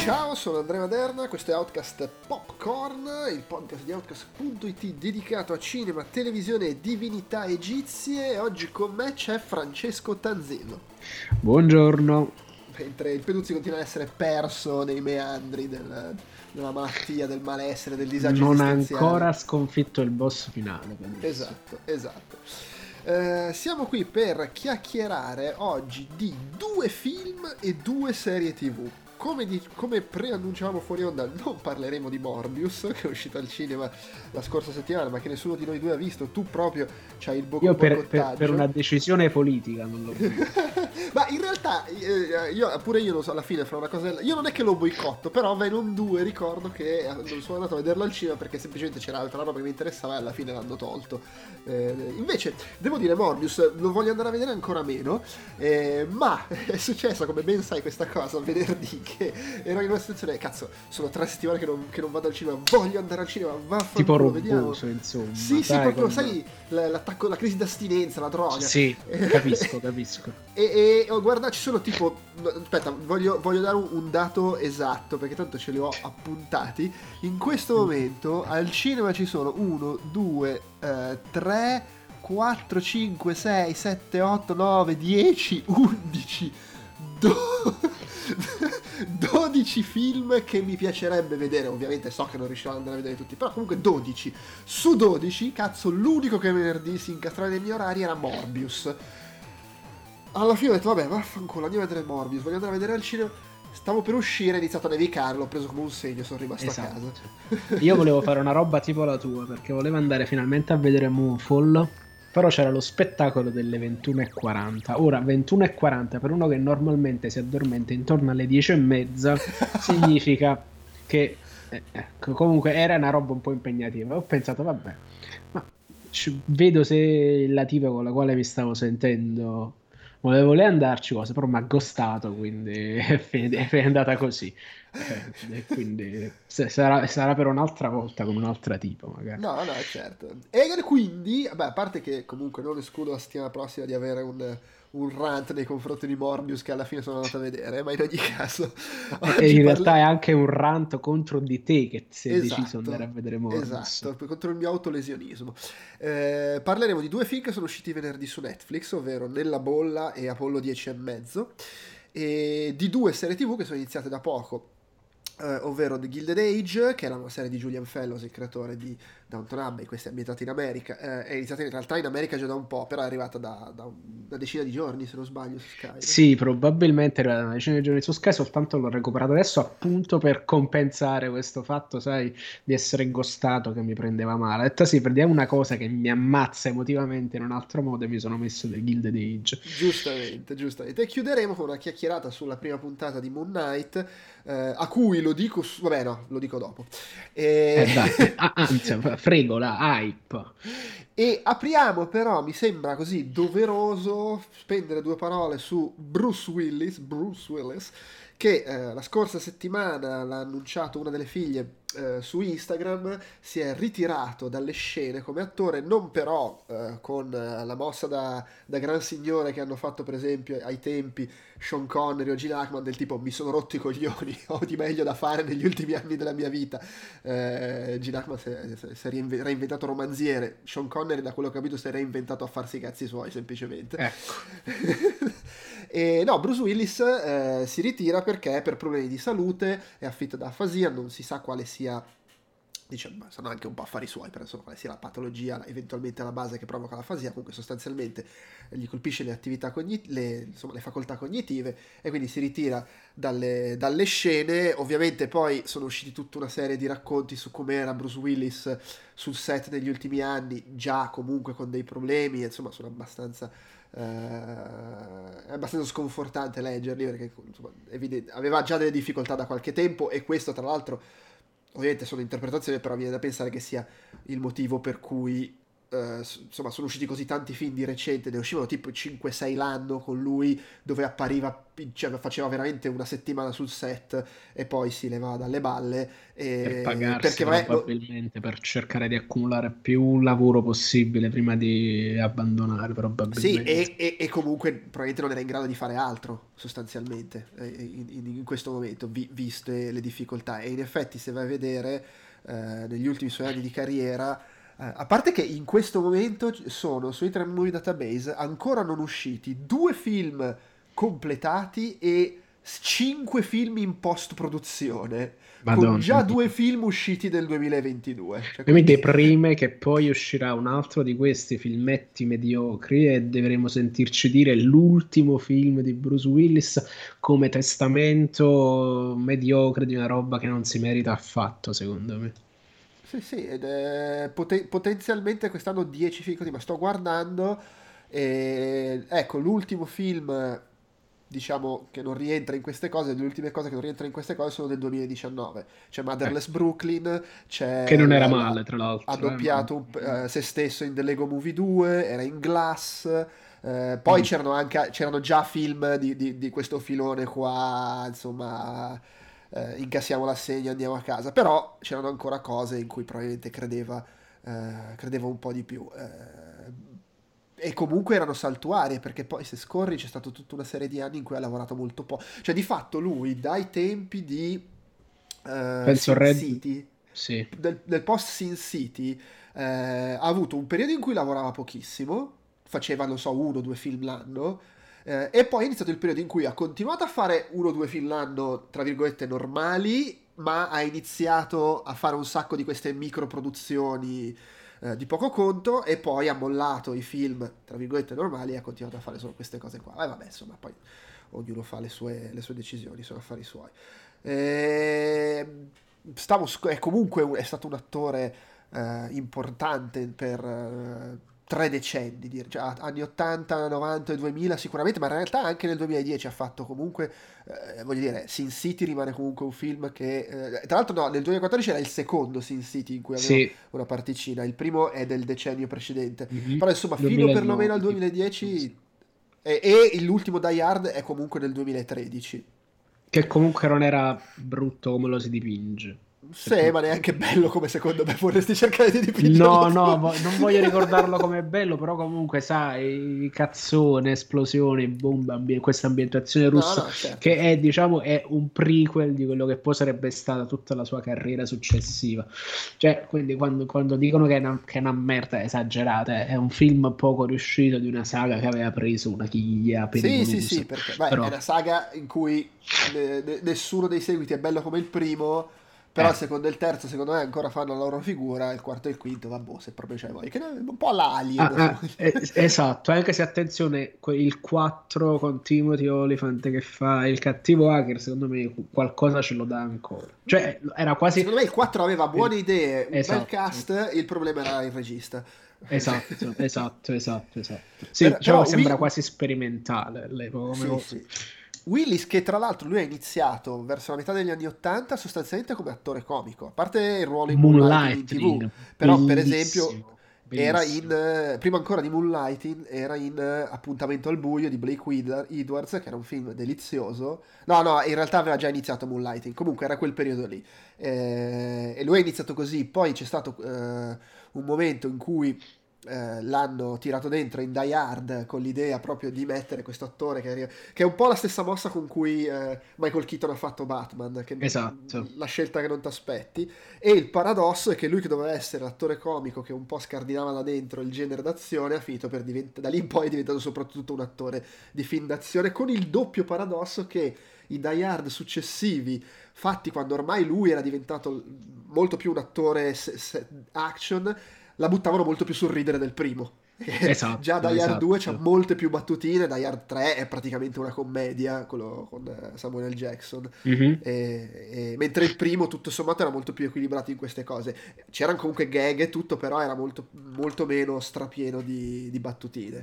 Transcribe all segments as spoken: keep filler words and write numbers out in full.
Ciao, sono Andrea Maderna, questo è Outcast Popcorn, il podcast di Outcast punto it dedicato a cinema, televisione e divinità egizie, e oggi con me c'è Francesco Tanzillo. Buongiorno. Mentre il Peduzzi continua ad essere perso nei meandri del, della malattia, del malessere, del disagio Non ha esistenziale. ancora sconfitto il boss finale. Esatto, esatto. Eh, siamo qui per chiacchierare oggi di due film e due serie tv. Come, di, come preannunciavamo fuori onda, non parleremo di Morbius, che è uscito al cinema la scorsa settimana, ma che nessuno di noi due ha visto. Tu proprio c'hai il bocco Io per, per, per una decisione politica non l'ho visto. Ma in realtà, eh, io, pure io non so, alla fine fra una cosa... Io non è che lo boicotto, però Venom due ricordo che non sono andato a vederlo al cinema perché semplicemente c'era altra roba che mi interessava e alla fine l'hanno tolto. Eh, invece, devo dire, Morbius lo voglio andare a vedere ancora meno, eh, ma è successa, come ben sai, questa cosa venerdì, che ero in una situazione, cazzo, sono tre settimane che non, che non vado al cinema, voglio andare al cinema, vaffanculo, tipo vediamo. romposo, insomma. Sì, sì, proprio, come... sai, l'attacco, la crisi d'astinenza, la droga. Sì, capisco, capisco. E, e oh, guarda, ci sono tipo... Aspetta, voglio, voglio dare un, un dato esatto, perché tanto ce li ho appuntati. In questo momento al cinema ci sono uno, due, tre, quattro, cinque, sei, sette, otto, nove, dieci, undici, dodici film che mi piacerebbe vedere. Ovviamente so che non riuscirò ad andare a vedere tutti, però comunque dodici. Su dodici, cazzo, l'unico che venerdì si incastrava nei miei orari era Morbius. Alla fine ho detto, vabbè, vaffanculo, andiamo a vedere Morbius, voglio andare a vedere al cinema. Stavo per uscire, è iniziato a nevicare, l'ho preso come un segno, sono rimasto esatto. a casa. Io volevo fare una roba tipo la tua, perché volevo andare finalmente a vedere Moonfall, però c'era lo spettacolo delle ventuno e quaranta. Ora, ventuno e quaranta per uno che normalmente si addormenta intorno alle dieci e mezza significa che eh, ecco, comunque era una roba un po' impegnativa. Ho pensato, vabbè, ma vedo se la tipa con la quale mi stavo sentendo volevo lei andarci cose, però mi ha ghostato, quindi è andata così. Eh, quindi sarà, sarà per un'altra volta con un'altra tipo magari. No, no, certo. E quindi, beh, a parte che comunque non escludo la settimana prossima di avere un, un rant nei confronti di Morbius che alla fine sono andato a vedere, ma in ogni caso e in parli... realtà è anche un rant contro di te che sei esatto, deciso di andare a vedere Morbius. Esatto, contro il mio autolesionismo. Eh, parleremo di due film che sono usciti venerdì su Netflix, ovvero Nella bolla e Apollo dieci e mezzo, e di due serie tv che sono iniziate da poco. Uh, ovvero The Gilded Age, che era una serie di Julian Fellows, il creatore di Downton Abbey, questa è ambientata in America, uh, è iniziata in realtà in America già da un po', però è arrivata da, da una decina di giorni, se non sbaglio, su Sky. Sì, probabilmente è arrivata una decina di giorni su Sky, soltanto l'ho recuperato adesso appunto per compensare questo fatto, sai, di essere ghostato che mi prendeva male. Ho detto sì, prendiamo una cosa che mi ammazza emotivamente in un altro modo e mi sono messo The Gilded Age. Giustamente, giustamente. E chiuderemo con una chiacchierata sulla prima puntata di Moon Knight, eh, a cui lo dico, su... vabbè no, lo dico dopo. E... Eh dai, anzi, fregola, hype. E apriamo però, mi sembra così doveroso spendere due parole su Bruce Willis, Bruce Willis, che eh, la scorsa settimana l'ha annunciato una delle figlie eh, su Instagram, si è ritirato dalle scene come attore, non però eh, con eh, la mossa da, da gran signore che hanno fatto per esempio ai tempi Sean Connery o Gene Hackman, del tipo mi sono rotto i coglioni, ho di meglio da fare negli ultimi anni della mia vita. eh, Gene Hackman si è, si è reinventato romanziere, Sean Connery da quello che ho capito si è reinventato a farsi i cazzi suoi semplicemente. Ecco. E no, Bruce Willis eh, si ritira perché per problemi di salute è afflitto da afasia, non si sa quale sia, diciamo, sono anche un po' affari suoi, però insomma quale sia la patologia eventualmente alla base che provoca l'afasia. Comunque sostanzialmente gli colpisce le attività cognit- le, insomma, le facoltà cognitive, e quindi si ritira dalle, dalle scene. Ovviamente poi sono usciti tutta una serie di racconti su com'era Bruce Willis sul set negli ultimi anni, già comunque con dei problemi, insomma sono abbastanza Uh, è abbastanza sconfortante leggerli, perché insomma, evidente, aveva già delle difficoltà da qualche tempo, e questo tra l'altro ovviamente sono interpretazioni, però viene da pensare che sia il motivo per cui eh, s- insomma, sono usciti così tanti film di recente, ne uscivano tipo cinque sei l'anno con lui, dove appariva, cioè, faceva veramente una settimana sul set e poi si levava dalle balle, Per e- pagarsi perché vabbè, no- probabilmente, per cercare di accumulare più lavoro possibile prima di abbandonare sì, probabilmente. e, e- e comunque probabilmente non era in grado di fare altro, sostanzialmente, eh, in, in- in questo momento, vi- viste le difficoltà. E in effetti, se vai a vedere, eh, negli ultimi suoi anni di carriera, eh, a parte che in questo momento ci sono su Internet Movie Database ancora non usciti due film completati e cinque film in post-produzione, con Madonna già due mia. film usciti nel duemilaventidue. Cioè, E mi quindi... deprime che poi uscirà un altro di questi filmetti mediocri e dovremo sentirci dire l'ultimo film di Bruce Willis come testamento mediocre di una roba che non si merita affatto, secondo me. Sì, sì, ed è poten- potenzialmente quest'anno dieci film così, ma sto guardando e ecco, l'ultimo film, diciamo, che non rientra in queste cose, le ultime cose che non rientrano in queste cose sono del duemiladiciannove. C'è Eh, Motherless Brooklyn, che c'è non era la- la- male, tra ha l'altro, eh, ma... doppiato un p- eh, se stesso in The Lego Movie due, era in Glass, eh, poi Mm. c'erano anche, c'erano già film di, di- di questo filone qua, insomma, eh, incassiamo l'assegno e andiamo a casa, però c'erano ancora cose in cui probabilmente credeva, eh, credeva un po' di più. eh, e comunque erano saltuarie, perché poi se scorri c'è stata tutta una serie di anni in cui ha lavorato molto po'. Cioè, di fatto lui, dai tempi di eh, Penso Sin Red... City, Sì. del, del post Sin City, eh, ha avuto un periodo in cui lavorava pochissimo, faceva, non so, uno o due film l'anno, eh, e poi è iniziato il periodo in cui ha continuato a fare uno o due film l'anno, tra virgolette, normali, ma ha iniziato a fare un sacco di queste microproduzioni eh, di poco conto, e poi ha mollato i film, tra virgolette, normali, e ha continuato a fare solo queste cose qua. E vabbè, insomma, poi ognuno fa le sue, le sue decisioni, sono affari suoi. E... Stavo, sc- è comunque un- è stato un attore eh, importante per eh, tre decenni, dir- cioè, anni ottanta, novanta e duemila sicuramente, ma in realtà anche nel duemiladieci ha fatto comunque, eh, voglio dire, Sin City rimane comunque un film che, eh, tra l'altro no, nel duemilaquattordici era il secondo Sin City in cui aveva Sì. una particina, il primo è del decennio precedente, Mhm. però insomma fino perlomeno al duemilanove, tipo. duemiladieci, e, e l'ultimo Die Hard è comunque del duemilatredici. Che comunque non era brutto come lo si dipinge. Se Sì, ma proprio... neanche bello come secondo me vorresti cercare di dipingerlo No, tu. no, vo- non voglio ricordarlo come bello, però comunque, sai, cazzone, esplosioni, bomba, ambie- questa ambientazione No, russa, no, certo. che è, diciamo, è un prequel di quello che poi sarebbe stata tutta la sua carriera successiva. Cioè, quindi quando, quando dicono che è una, che è una merda esagerata, è un film poco riuscito di una saga che aveva preso una chiglia Sì, sì, pericolosa. sì, perché beh, è Però, una saga in cui ne- ne- nessuno dei seguiti è bello come il primo, però il eh. secondo e il terzo secondo me ancora fanno la loro figura, il quarto e il quinto, vabbè, se proprio c'è voglia, che ne- un po' Ah, all'Alien. ah, es- esatto, anche se attenzione, que- il quattro con Timothy Olyphant che fa il cattivo hacker, secondo me qualcosa ce lo dà ancora. Cioè, era quasi... Secondo me il quattro aveva buone idee, un bel Esatto, cast, il problema era il regista. esatto, esatto, esatto, esatto. Sì, Per- diciamo però che sembra Will, quasi sperimentale all'epoca come sì, cosa. sì. Willis, che tra l'altro lui ha iniziato verso la metà degli anni ottanta sostanzialmente come attore comico, a parte il ruolo in Moonlighting in T V, Moonlightning, però per esempio bellissimo, era in, bellissimo. eh, prima ancora di Moonlighting, era in eh, Appuntamento al buio di Blake Wid- Edwards, che era un film delizioso. No, no, in realtà aveva già iniziato Moonlighting, comunque era quel periodo lì. Eh, e lui è iniziato così, poi c'è stato eh, un momento in cui eh, l'hanno tirato dentro in Die Hard con l'idea proprio di mettere questo attore che, arriva- che è un po' la stessa mossa con cui eh, Michael Keaton ha fatto Batman, che, Esatto, la scelta che non ti aspetti. E il paradosso è che lui, che doveva essere l'attore comico che un po' scardinava da dentro il genere d'azione, ha finito per diventare, da lì in poi è diventato soprattutto un attore di film d'azione, con il doppio paradosso che i Die Hard successivi, fatti quando ormai lui era diventato molto più un attore se- se- action, la buttavano molto più sul ridere del primo. Già esatto, Die Hard due c'ha esatto. molte più battutine, Die Hard tre è praticamente una commedia, quello con eh, Samuel L. Jackson. Mhm. E- e- mentre il primo, tutto sommato, era molto più equilibrato in queste cose. C'erano comunque gag e tutto, però era molto, molto meno strapieno di, di battutine.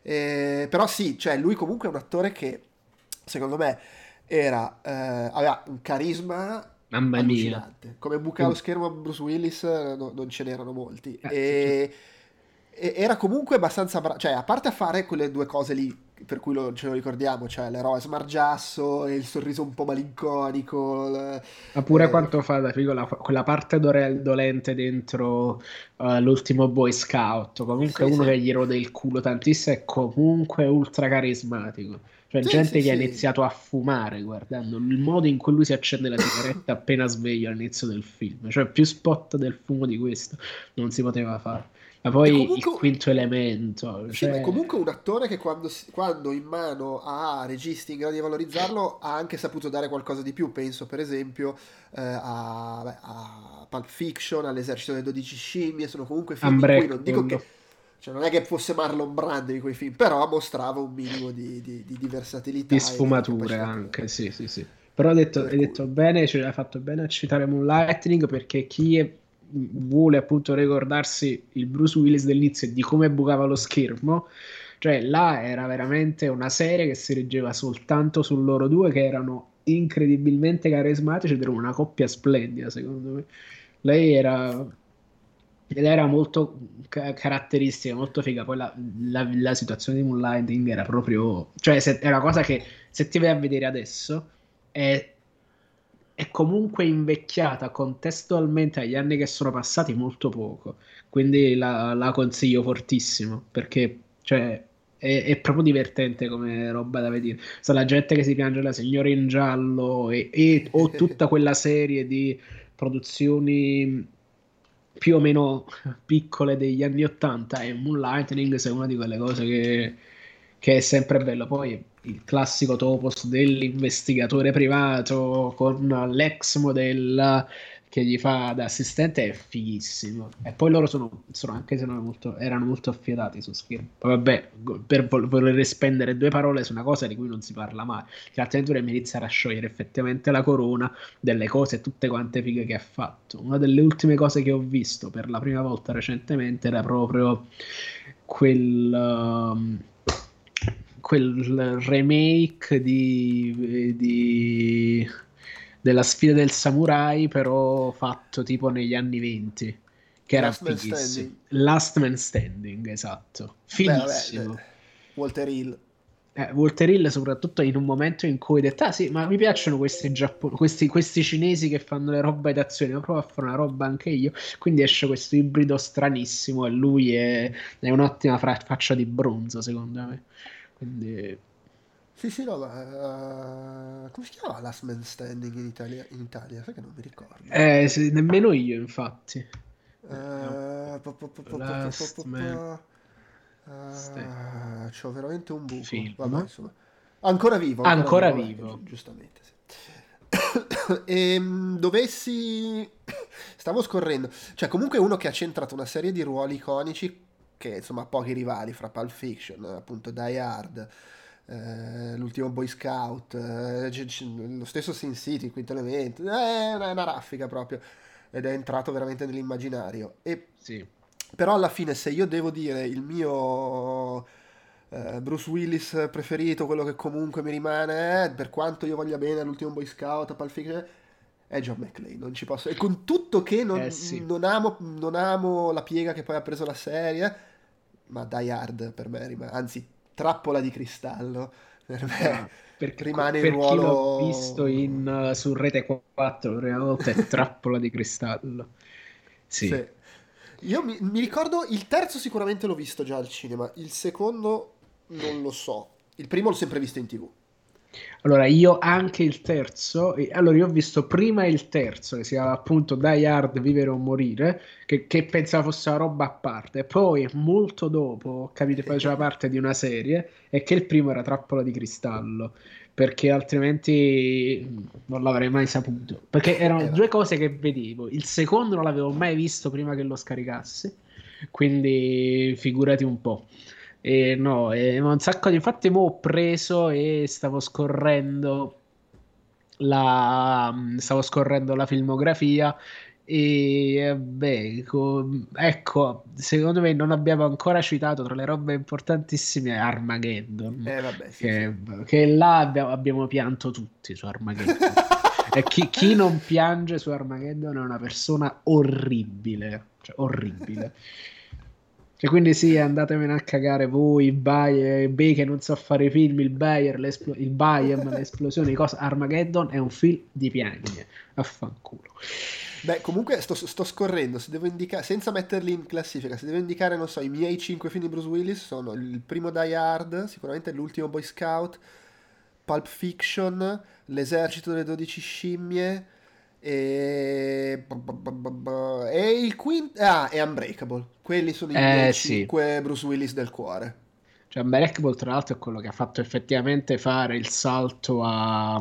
E- però sì, cioè lui comunque è un attore che, secondo me, era, eh, aveva un carisma Mamma mia. allucinante. Come buca allo schermo Bruce Willis, eh, no- non ce n'erano molti. Eh, E, era comunque abbastanza bravo, cioè a parte a fare quelle due cose lì per cui lo, ce lo ricordiamo, cioè l'eroe smargiasso e il sorriso un po' malinconico, l- Ma pure eh, quanto fa da figo la- quella parte dore- dolente dentro eh, l'ultimo Boy Scout. Comunque sì, uno sì, che gli rode il culo tantissimo è comunque ultra carismatico. Cioè, sì, sì, gente che ha sì. iniziato a fumare guardando il modo in cui lui si accende la sigaretta appena sveglio all'inizio del film. Cioè, più spot del fumo di questo non si poteva fare. Ma E poi il comunque, quinto elemento, sì, ma è cioè, comunque un attore che quando, si- quando in mano ha registi in grado di valorizzarlo ha anche saputo dare qualcosa di più. Penso per esempio eh, a, beh, a Pulp Fiction, all'Esercito delle dodici Scimmie, sono comunque film in cui non dico Unbreakable. che, cioè non è che fosse Marlon Brando di quei film, però mostrava un minimo di, di- di- di Di versatilità e di sfumature capacità attoriale. anche, sì, sì, sì. Però hai detto, Per hai cui, detto bene, ce l'hai fatto bene a citare Moonlightning perché chi è- vuole appunto ricordarsi il Bruce Willis dell'inizio e di come bucava lo schermo, cioè là era veramente una serie che si reggeva soltanto su loro due che erano incredibilmente carismatici ed erano una coppia splendida, secondo me. Lei era ed era molto ca- caratteristica, molto figa. Poi la, la- la situazione di Moonlighting era proprio, cioè se- è una cosa che se ti vai a vedere adesso è, è comunque invecchiata contestualmente agli anni che sono passati molto poco. Quindi la, la consiglio fortissimo perché cioè, è, è proprio divertente come roba da vedere. Sta la gente che si piange la signora in giallo e, e- o tutta quella serie di produzioni più o meno piccole degli anni Ottanta e Moonlightning è una di quelle cose che, che è sempre bello. Poi il classico topos dell'investigatore privato con l'ex modella che gli fa da assistente è fighissimo. E poi loro sono, sono anche se non molto, erano molto affiatati su schermo. Poi vabbè, per vol- voler spendere due parole su una cosa di cui non si parla mai, che altrimenti dovremmo iniziare a sciogliere effettivamente la corona delle cose tutte quante fighe che ha fatto. Una delle ultime cose che ho visto per la prima volta recentemente era proprio quel, um, quel remake di, di- della sfida del samurai, però fatto tipo negli anni venti, che era Last Man fighissimo. Standing, Last Man Standing, esatto. beh vabbè, eh, Fighissimo. Walter Hill. Eh, Walter Hill soprattutto in un momento in cui hai detto, ah sì, ma mi piacciono questi, giappo- questi, questi cinesi che fanno le robe d'azione, ma provo a fare una roba anche io. Quindi esce questo ibrido stranissimo e lui è, è un'ottima fra- faccia di bronzo, secondo me. Quindi, Sì, sì, no, ma eh, come si chiama Last Man Standing in Italia? In Italia? Sai che non mi ricordo. eh, sì, nemmeno io, infatti. Eh, è un Eh, po- po- po- po- po- po- po- Last po- Man po- Stand eh, c'ho veramente un buco. Vabbè, Film. insomma. Ancora vivo, ancora Ancora vivo, vabbè, gi- vivo. giustamente, sì. E dovessi... Stavo scorrendo. Cioè, comunque uno che ha centrato una serie di ruoli iconici che, insomma, ha pochi rivali, fra Pulp Fiction, appunto Die Hard, eh, l'ultimo Boy Scout, eh, c- c- lo stesso Sin City, Quinto Elemento, eh, è una, è una raffica proprio, ed è entrato veramente nell'immaginario. E Sì. però alla fine se io devo dire il mio eh, Bruce Willis preferito, quello che comunque mi rimane, eh, per quanto io voglia bene all'ultimo Boy Scout, a Pulp Fiction, è John McClane, non ci posso. E con tutto che Eh non, sì. non amo, non amo la piega che poi ha preso la serie, ma Die Hard per me rimane, anzi, Trappola di cristallo, per me Ma perché co- rimane il per chi l'ho visto ruolo... in, uh, su Rete quattro la prima volta è Trappola di cristallo. Sì. Sì. Io mi, mi ricordo il terzo sicuramente l'ho visto già al cinema, il secondo non lo so. Il primo l'ho sempre visto in T V. Allora, io anche il terzo, e- allora io ho visto prima il terzo, che si chiama appunto Die Hard, Vivere o Morire, che, che pensavo fosse una roba a parte, poi molto dopo ho capito che faceva parte di una serie e che il primo era Trappola di Cristallo, perché altrimenti mm, non l'avrei mai saputo, perché erano Eh due vabbè. cose che vedevo, il secondo non l'avevo mai visto prima che lo scaricassi, quindi figurati un po'. E no, e un sacco di... Infatti mo ho preso e stavo scorrendo la, stavo scorrendo la filmografia e eh, beh, co- ecco, secondo me non abbiamo ancora citato tra le robe importantissime Armageddon, Eh vabbè, sì, sì. che, che là abbiamo, abbiamo pianto tutti su Armageddon. E chi, chi non piange su Armageddon è una persona orribile, cioè orribile. E quindi sì, andatevene a cagare voi, i Bayer, i Bay che non sa fare i film, il Bayer, l'esplo- il Bayern, le esplosioni, cosa. Armageddon è un film di piagne, affanculo. Beh, comunque sto, sto scorrendo, se devo indicare, senza metterli in classifica, se devo indicare, non so, i miei cinque film di Bruce Willis sono il primo Die Hard, sicuramente l'ultimo Boy Scout, Pulp Fiction, L'esercito delle dodici scimmie e... e il quinto... Ah, e Unbreakable. Quelli sono i miei Eh sì, cinque Bruce Willis del cuore. cioè Unbreakable tra l'altro è quello che ha fatto effettivamente fare il salto a...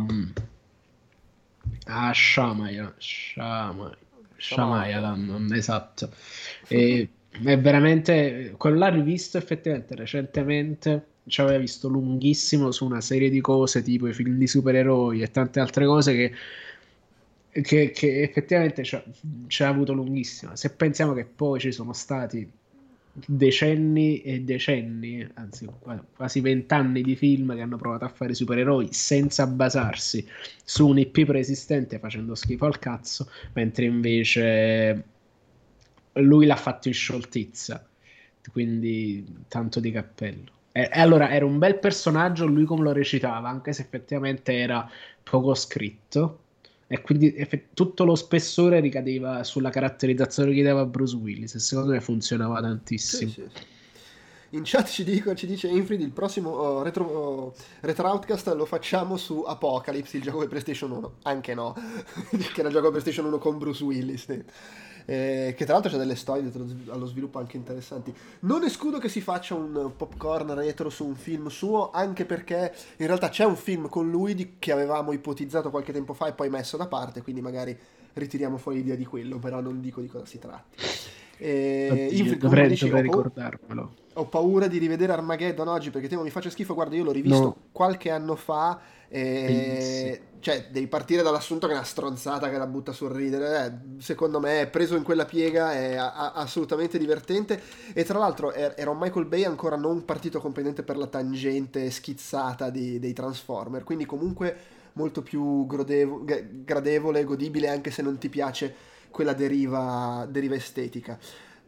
a Shyamalan, Shyamalan, Shyamalan. Shyamalan, esatto. E è veramente quello l'ha rivisto effettivamente recentemente. Ci aveva visto lunghissimo su una serie di cose tipo i film di supereroi e tante altre cose che, che, che effettivamente ci ha, ci ha avuto lunghissimo. Se pensiamo che poi ci sono stati decenni e decenni, anzi qua- quasi vent'anni di film che hanno provato a fare supereroi senza basarsi su un I P preesistente facendo schifo al cazzo, mentre invece lui l'ha fatto in scioltezza, quindi tanto di cappello. E, e allora era un bel personaggio lui come lo recitava, anche se effettivamente era poco scritto. E quindi effe- tutto lo spessore ricadeva sulla caratterizzazione che dava Bruce Willis, e secondo me funzionava Sì, tantissimo. sì, sì. In chat ci, dico, ci dice Infrid, il prossimo oh, retro, oh, retro Outcast lo facciamo su Apocalypse, il gioco per PlayStation uno. Anche no, che era il gioco per PlayStation uno con Bruce Willis. Sì. Eh, che tra l'altro c'è delle storie dietro allo sviluppo anche interessanti. Non escludo che si faccia un popcorn retro su un film suo, anche perché in realtà c'è un film con lui di- che avevamo ipotizzato qualche tempo fa e poi messo da parte, quindi magari ritiriamo fuori l'idea di quello, però non dico di cosa si tratti. E Oddio, Infrid comunque dovrei, dici, ho, dovrei pau- ricordarmelo. ho paura di rivedere Armageddon oggi perché temo mi faccia schifo. Guarda, io l'ho rivisto No, qualche anno fa. bellissimo. E... Cioè, devi partire dall'assunto che è una stronzata che la butta sul ridere. Eh, secondo me, preso in quella piega, è a- a- assolutamente divertente. E tra l'altro, er- era un Michael Bay ancora non partito completamente per la tangente schizzata di- dei Transformer. Quindi, comunque, molto più grodevo- g- gradevole, godibile, anche se non ti piace quella deriva, deriva estetica.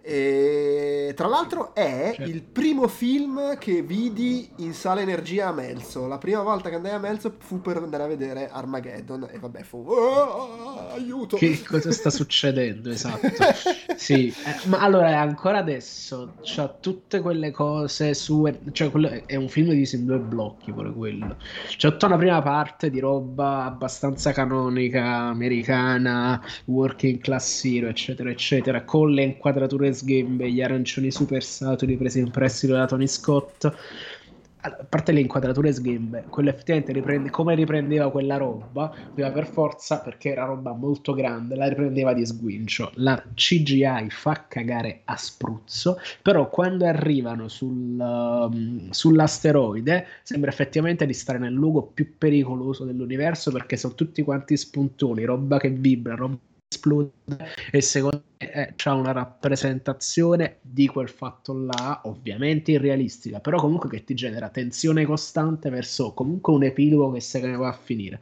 E tra l'altro è Cioè, il primo film che vidi in sala Energia a Melzo. La prima volta che andai a Melzo fu per andare a vedere Armageddon e vabbè fu "Ah, aiuto". che cosa sta succedendo? Esatto. Sì, eh, ma allora ancora adesso c'ha tutte quelle cose su, cioè quello è un film diviso in due blocchi pure quello. C'è tutta una prima parte di roba abbastanza canonica, americana, working class hero, eccetera, eccetera, con le inquadrature sghembe, gli arancioni super saturi presi in prestito da Tony Scott. Allora, a parte le inquadrature sghembe, quello effettivamente riprende, come riprendeva quella roba, doveva per forza, perché era roba molto grande, la riprendeva di sguincio. La C G I fa cagare a spruzzo, però quando arrivano sul, um, sull'asteroide sembra effettivamente di stare nel luogo più pericoloso dell'universo perché sono tutti quanti spuntoni, roba che vibra, roba che esplode e secondo me eh, c'ha una rappresentazione di quel fatto là, ovviamente irrealistica, però comunque che ti genera tensione costante verso comunque un epilogo che se ne va a finire.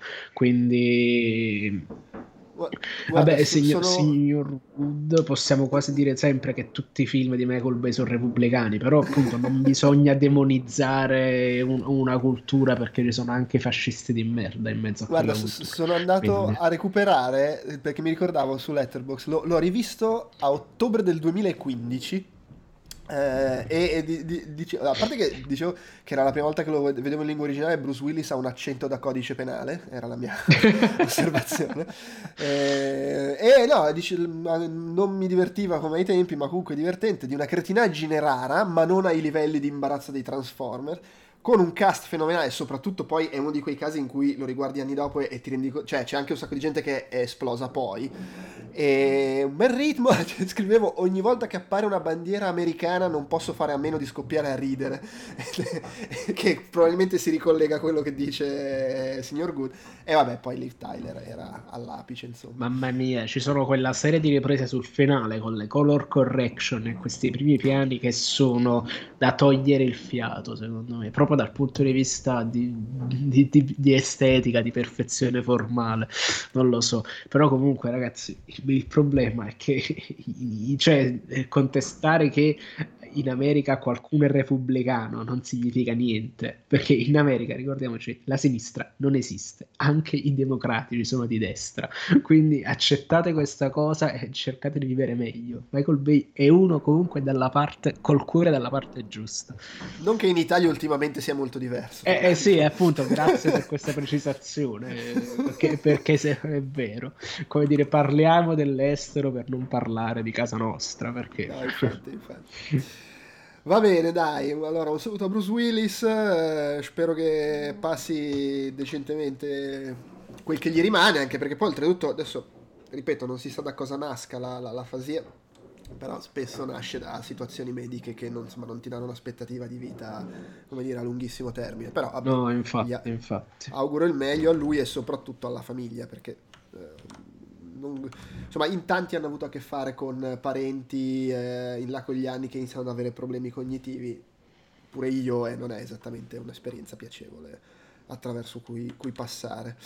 Quindi Gu- Guarda, vabbè, so- signor, sono signor Wood, possiamo quasi dire sempre che tutti i film di Michael Bay sono repubblicani, però appunto non bisogna demonizzare un- una cultura perché ci sono anche fascisti di merda in mezzo a Guarda, quella s- s- cultura. sono andato Quindi, a recuperare eh, perché mi ricordavo su Letterboxd, l'ho l'ho rivisto a ottobre del duemilaquindici. eh, e, e di- di- dice- a parte che dicevo che era la prima volta che lo ved- vedevo in lingua originale, Bruce Willis ha un accento da codice penale, era la mia osservazione. Eh, e no, dice, ma non mi divertiva come ai tempi, ma comunque divertente, di una cretinaggine rara, ma non ai livelli di imbarazzo dei Transformer. Con un cast fenomenale, e soprattutto poi è uno di quei casi in cui lo riguardi anni dopo e, e ti rendi conto, cioè c'è anche un sacco di gente che è esplosa poi. E un bel ritmo, cioè, scrivevo ogni volta che appare una bandiera americana non posso fare a meno di scoppiare a ridere, che probabilmente si ricollega a quello che dice eh, Signor Good. E vabbè, poi Liv Tyler era all'apice, insomma. mamma mia, ci sono quella serie di riprese sul finale con le color correction e questi primi piani che sono da togliere il fiato, secondo me, proprio dal punto di vista di, di- di- di estetica, di perfezione formale, non lo so. Però comunque, ragazzi, il problema è che cioè, contestare che in America qualcuno è repubblicano non significa niente, perché in America, ricordiamoci, la sinistra non esiste, anche i democratici sono di destra, quindi accettate questa cosa e cercate di vivere meglio. Michael Bay è uno comunque dalla parte, col cuore dalla parte giusta. Non che in Italia ultimamente sia molto diverso. Eh, eh sì, appunto, grazie per questa precisazione, perché, perché se è vero, come dire, parliamo dell'estero per non parlare di casa nostra, perché... No, infatti, infatti. Va bene, dai, allora un saluto a Bruce Willis, eh, spero che passi decentemente quel che gli rimane, anche perché poi oltretutto, adesso, ripeto, non si sa da cosa nasca la, la, l'afasia, però spesso nasce da situazioni mediche che non, insomma, non ti danno un'aspettativa di vita, come dire, a lunghissimo termine, però vabbè, No, gli a- infatti, infatti. auguro il meglio a lui e soprattutto alla famiglia, perché... eh, non- insomma, in tanti hanno avuto a che fare con parenti eh, in là con gli anni che iniziano ad avere problemi cognitivi, pure io, e non è esattamente un'esperienza piacevole attraverso cui, cui passare.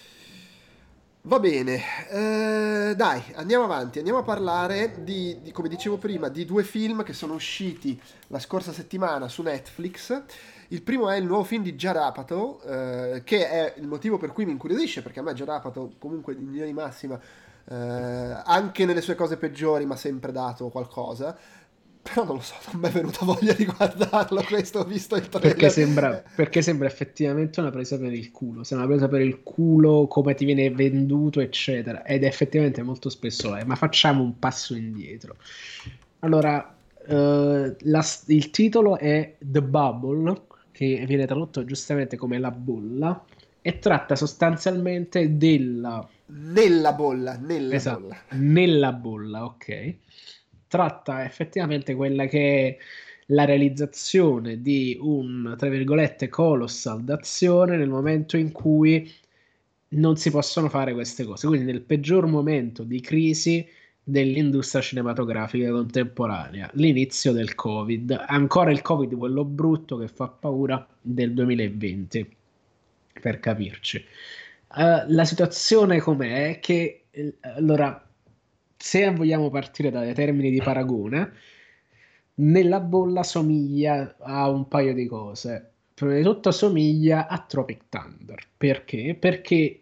Va bene, eh, dai, andiamo avanti, andiamo a parlare di, di, come dicevo prima, di due film che sono usciti la scorsa settimana su Netflix. Il primo è il nuovo film di Judd Apatow, eh, che è il motivo per cui mi incuriosisce, perché a me Judd Apatow comunque in linea di massima, eh, anche nelle sue cose peggiori, mi ha sempre dato qualcosa. Però non lo so, non mi è venuta voglia di guardarlo questo, ho visto il Perché trailer. sembra, Eh, perché sembra effettivamente una presa per il culo, sembra una presa per il culo, come ti viene venduto, eccetera. Ed effettivamente molto spesso lo è, ma facciamo un passo indietro. Allora, eh, la- il titolo è The Bubble, che viene tradotto giustamente come la bolla, e tratta sostanzialmente della... Nella bolla, nella Esatto, bolla. nella bolla, ok. Tratta effettivamente quella che è la realizzazione di un, tra virgolette, colossal d'azione nel momento in cui non si possono fare queste cose. Quindi nel peggior momento di crisi dell'industria cinematografica contemporanea, l'inizio del Covid, ancora il Covid, quello brutto che fa paura, del duemilaventi, per capirci. Eh, la situazione com'è? È che, eh, allora, se vogliamo partire dai termini di paragone, nella bolla somiglia a un paio di cose. Prima di tutto somiglia a Tropic Thunder. Perché? Perché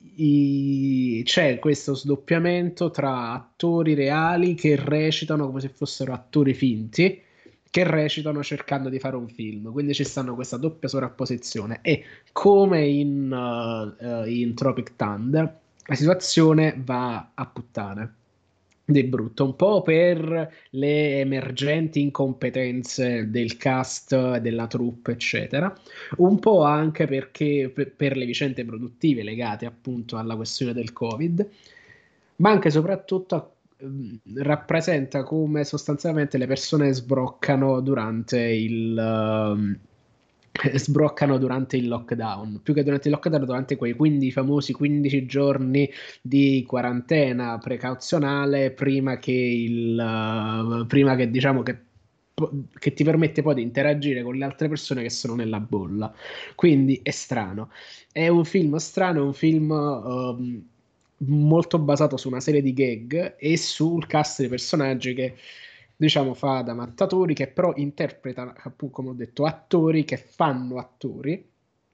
i- c'è questo sdoppiamento tra attori reali che recitano come se fossero attori finti, che recitano cercando di fare un film. Quindi ci stanno questa doppia sovrapposizione. E come in, uh, uh, in Tropic Thunder, la situazione va a puttane di brutto, un po' per le emergenti incompetenze del cast, della troupe, eccetera, un po' anche perché per, per le vicende produttive legate appunto alla questione del Covid, ma anche e soprattutto ehm, rappresenta come sostanzialmente le persone sbroccano durante il, ehm, sbroccano durante il lockdown, più che durante il lockdown, durante quei quindici famosi quindici giorni di quarantena precauzionale prima che il uh, prima che diciamo che che ti permette poi di interagire con le altre persone che sono nella bolla. Quindi è strano. È un film strano, è un film um, molto basato su una serie di gag e sul cast di personaggi che diciamo fa da mattatori, che però interpretano, appunto, come ho detto, attori che fanno attori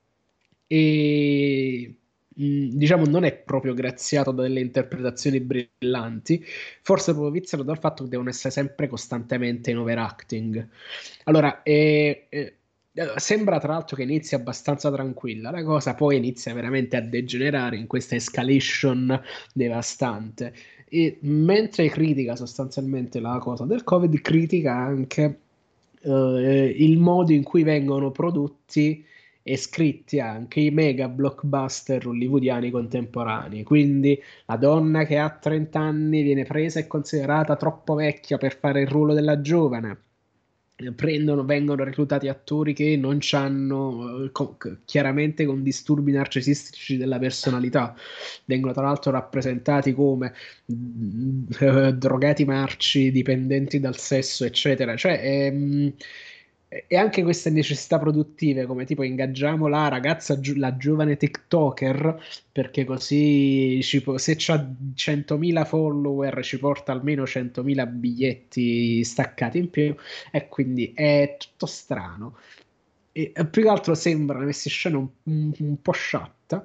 e mh, diciamo non è proprio graziato da delle interpretazioni brillanti, forse proprio viziato dal fatto che devono essere sempre costantemente in overacting. Allora, eh, eh, sembra tra l'altro che inizi abbastanza tranquilla la cosa, poi inizia veramente a degenerare in questa escalation devastante. E mentre critica sostanzialmente la cosa del Covid, critica anche eh, il modo in cui vengono prodotti e scritti anche i mega blockbuster hollywoodiani contemporanei. Quindi la donna che ha trenta anni viene presa e considerata troppo vecchia per fare il ruolo della giovane. Prendono, vengono reclutati attori che non hanno chiaramente con disturbi narcisistici della personalità, vengono tra l'altro rappresentati come mh, drogati marci, dipendenti dal sesso, eccetera. Cioè, ehm, e anche queste necessità produttive, come tipo ingaggiamo la ragazza, giu- la giovane TikToker, perché così ci po- se c'ha centomila follower ci porta almeno centomila biglietti staccati in più, e quindi è tutto strano. E eh, più che altro sembra una messa in scena un, un- un po' sciatta,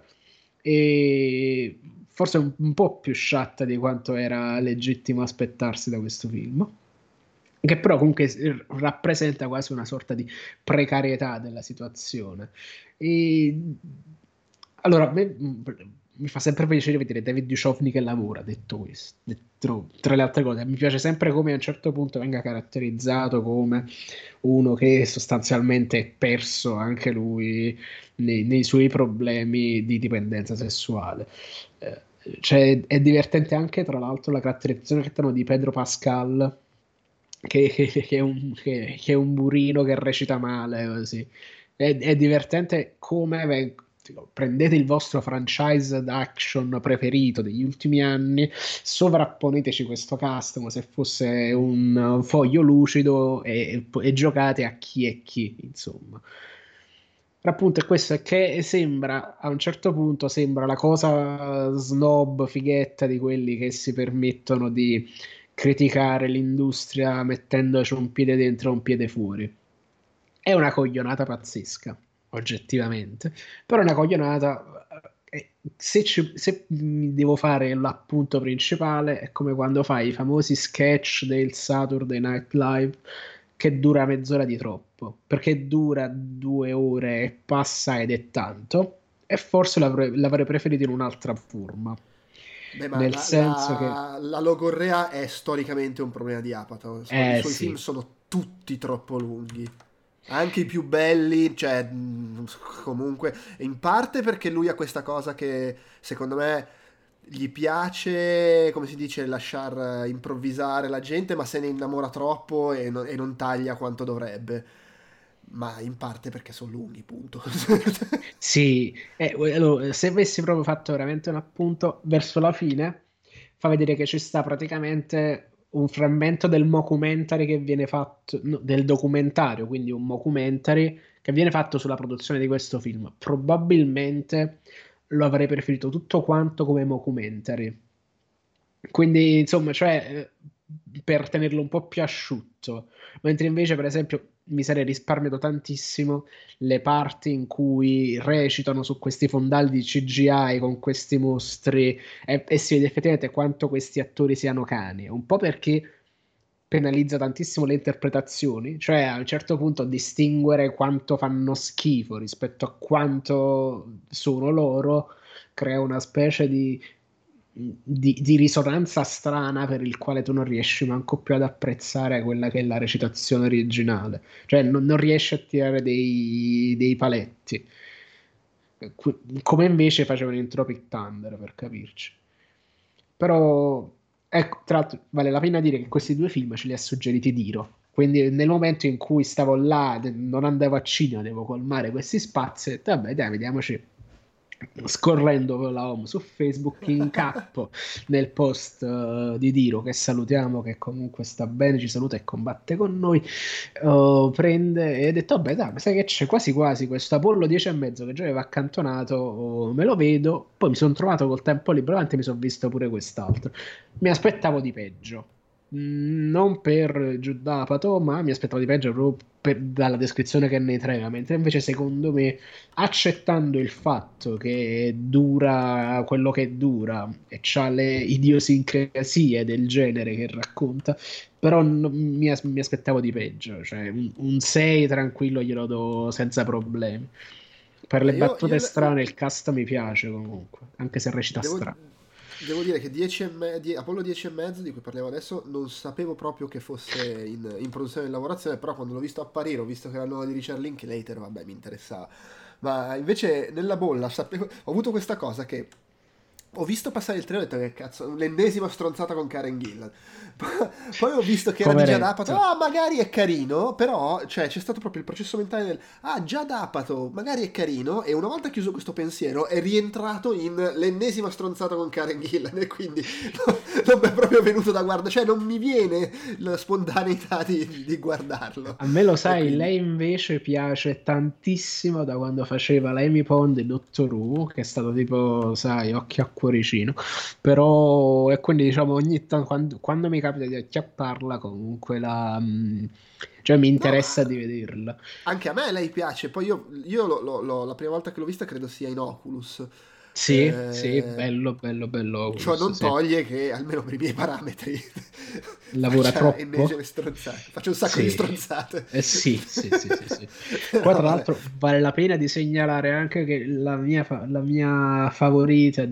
e forse un, un po' più sciatta di quanto era legittimo aspettarsi da questo film, che però comunque s- rappresenta quasi una sorta di precarietà della situazione. E allora, a me, mh, mi fa sempre piacere vedere David Duchovny che lavora, detto questo, detto- tra le altre cose. Mi piace sempre come a un certo punto venga caratterizzato come uno che sostanzialmente è perso anche lui nei, nei suoi problemi di dipendenza sessuale. Eh, cioè, è divertente anche, tra l'altro, la caratterizzazione che danno di Pedro Pascal, che, che- che è un, che- che è un burino che recita male, così. È, è divertente come ven- dico, prendete il vostro franchise d'action preferito degli ultimi anni, sovrapponeteci questo cast come se fosse un foglio lucido e, e giocate a chi è chi, insomma. Però appunto è questo, è che sembra, a un certo punto sembra la cosa snob, fighetta di quelli che si permettono di criticare l'industria mettendoci un piede dentro e un piede fuori. È una coglionata pazzesca, oggettivamente, però è una coglionata. eh, Se, ci- se mi devo fare l'appunto principale, è come quando fai i famosi sketch del Saturday Night Live che dura mezz'ora di troppo, perché dura due ore e passa ed è tanto, e forse l'avrei l'avrei preferito in un'altra forma, Beh, ma nel la, senso che, la, la logorrea è storicamente un problema di Apatow. So- I eh suoi film sì, sono tutti troppo lunghi. Anche i più belli, cioè, mh, comunque, in parte perché lui ha questa cosa che secondo me gli piace, come si dice, lasciar eh, improvvisare la gente, ma se ne innamora troppo e non, e non taglia quanto dovrebbe. Ma in parte perché sono lunghi, punto. sì, eh, allora, se avessi proprio fatto veramente un appunto verso la fine, fa vedere che ci sta praticamente un frammento del mockumentary che viene fatto, no, del documentario, quindi un mockumentary che viene fatto sulla produzione di questo film. Probabilmente lo avrei preferito tutto quanto come mockumentary. Quindi, insomma, cioè, eh, per tenerlo un po' più asciutto. Mentre invece, per esempio, mi sarei risparmiato tantissimo le parti in cui recitano su questi fondali di C G I con questi mostri e, e si vede effettivamente quanto questi attori siano cani. Un po' perché penalizza tantissimo le interpretazioni, cioè a un certo punto distinguere quanto fanno schifo rispetto a quanto sono loro crea una specie di, di, di risonanza strana per il quale tu non riesci manco più ad apprezzare quella che è la recitazione originale, cioè non, non riesci a tirare dei, dei paletti. Qu- come invece facevano in Tropic Thunder, per capirci. Però, ecco, tra l'altro vale la pena dire che questi due film ce li ha suggeriti Diro. Quindi nel momento in cui stavo là, de- non andavo a cinema, devo colmare questi spazi, ho detto, vabbè, dai, vediamoci. Scorrendo la home su Facebook, incappo nel post eh, di Diro, che salutiamo, che comunque sta bene, ci saluta e combatte con noi. Oh, prende e ha detto: vabbè, dai, sai che c'è quasi quasi questo Apollo dieci e mezzo che già aveva accantonato, oh, me lo vedo. Poi mi sono trovato col tempo libero davanti e mi sono visto pure quest'altro. Mi aspettavo di peggio. Mm, Non per Giudapato, ma mi aspettavo di peggio proprio per- dalla descrizione che ne traeva. Mentre invece, secondo me, accettando il fatto che dura quello che dura e c'ha le idiosincrasie del genere che racconta, però non- mi, as- mi aspettavo di peggio, cioè un, un sei tranquillo glielo do senza problemi. Per Ma le io, io battute l- strane il cast mi piace comunque, anche se recita devo, strano. devo dire che dieci e me- die- Apollo dieci e mezzo, di cui parliamo adesso, non sapevo proprio che fosse in, in produzione e in lavorazione, però quando l'ho visto apparire, ho visto che era il nuovo di Richard Linklater, vabbè, mi interessava. Ma invece nella bolla sapevo, ho avuto questa cosa che ho visto passare il trailer e ho detto che cazzo, l'ennesima stronzata con Karen Gillan. Poi ho visto che era di Judd Apatow, ah magari è carino, però cioè, c'è stato proprio il processo mentale del ah Judd Apatow, magari è carino, e una volta chiuso questo pensiero è rientrato in l'ennesima stronzata con Karen Gillan, e quindi no, non mi è proprio venuto da guardare, cioè non mi viene la spontaneità di, di guardarlo. A me lo sai, quindi... lei invece piace tantissimo da quando faceva la Amy Pond e Doctor Who, che è stato tipo, sai, occhio a cuoricino, però e quindi diciamo ogni tanto quando, quando mi capita di acchiapparla comunque la mh, cioè mi No, interessa ma di vederla. anche a me lei piace, poi io, io lo- lo- lo- la prima volta che l'ho vista credo sia in Oculus. Sì, sì, Eh, bello, bello, bello ciò Oculus, non sì. toglie che, almeno per i miei parametri, Lavora faccia troppo? ennesime stronzate. Faccio un sacco di Sì. stronzate. Eh sì, sì, sì, sì, sì. Qua Però tra vabbè. l'altro vale la pena di segnalare anche che la mia, fa- la mia favorita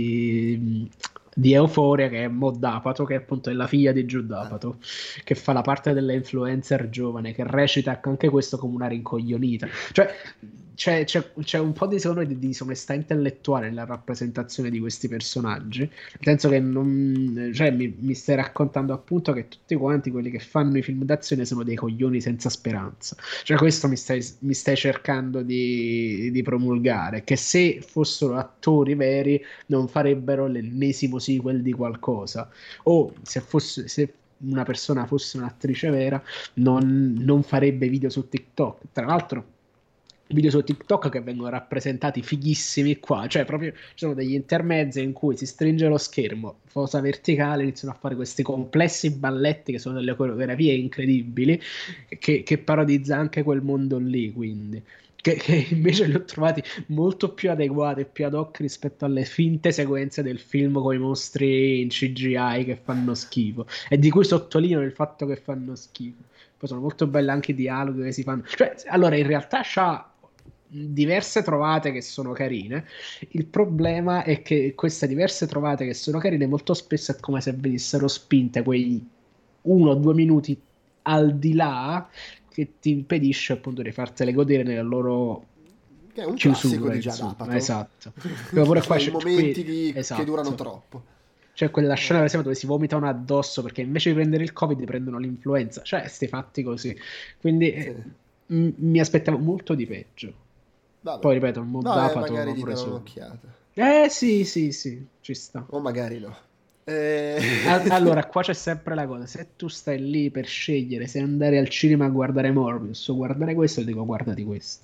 di, di Euphoria, che è Mo D'Apato, che appunto è la figlia di Judd Ah, Apatow, che fa la parte della influencer giovane, che recita anche questo come una rincoglionita. Cioè, c'è, c'è- c'è un po' di, secondo me, di disonestà intellettuale nella rappresentazione di questi personaggi, nel senso che non, cioè, mi, mi stai raccontando appunto che tutti quanti quelli che fanno i film d'azione sono dei coglioni senza speranza. Cioè, questo mi stai, mi stai cercando di, di promulgare, che se fossero attori veri non farebbero l'ennesimo sequel di qualcosa. O se fosse, se una persona fosse un'attrice vera, non, non farebbe video su TikTok. Tra l'altro, video su TikTok che vengono rappresentati fighissimi qua, cioè proprio ci sono degli intermezzi in cui si stringe lo schermo, fosa verticale, iniziano a fare questi complessi balletti che sono delle coreografie incredibili, che, che parodizza anche quel mondo lì, quindi. Che, che invece li ho trovati molto più adeguati e più ad hoc rispetto alle finte sequenze del film con i mostri in C G I che fanno schifo, e di cui sottolineo il fatto che fanno schifo. Poi sono molto belle anche i dialoghi che si fanno. Cioè, allora, in realtà c'ha diverse trovate che sono carine. Il problema è che queste diverse trovate che sono carine molto spesso è come se venissero spinte quei uno o due minuti al di là, che ti impedisce appunto di fartele godere nella loro che è un classico chiusura, di Judd insomma, Apatow. esatto. Però pure qua Cioè, i c'è, c'è qui, momenti di- che durano esatto. troppo. C'è quella scena, per Eh, esempio, dove si vomitano addosso perché invece di prendere il Covid prendono l'influenza. Cioè, sti fatti così. Quindi sì. eh, m- mi aspettavo molto di peggio. Vabbè. Poi ripeto, il Vabbè, Moddapato magari va gli pure darò su. un'occhiata. Eh sì, sì, sì, ci sta. O magari no. Eh... A- Allora, qua c'è sempre la cosa, se tu stai lì per scegliere se andare al cinema a guardare Morbius o guardare questo, dico guardati questo.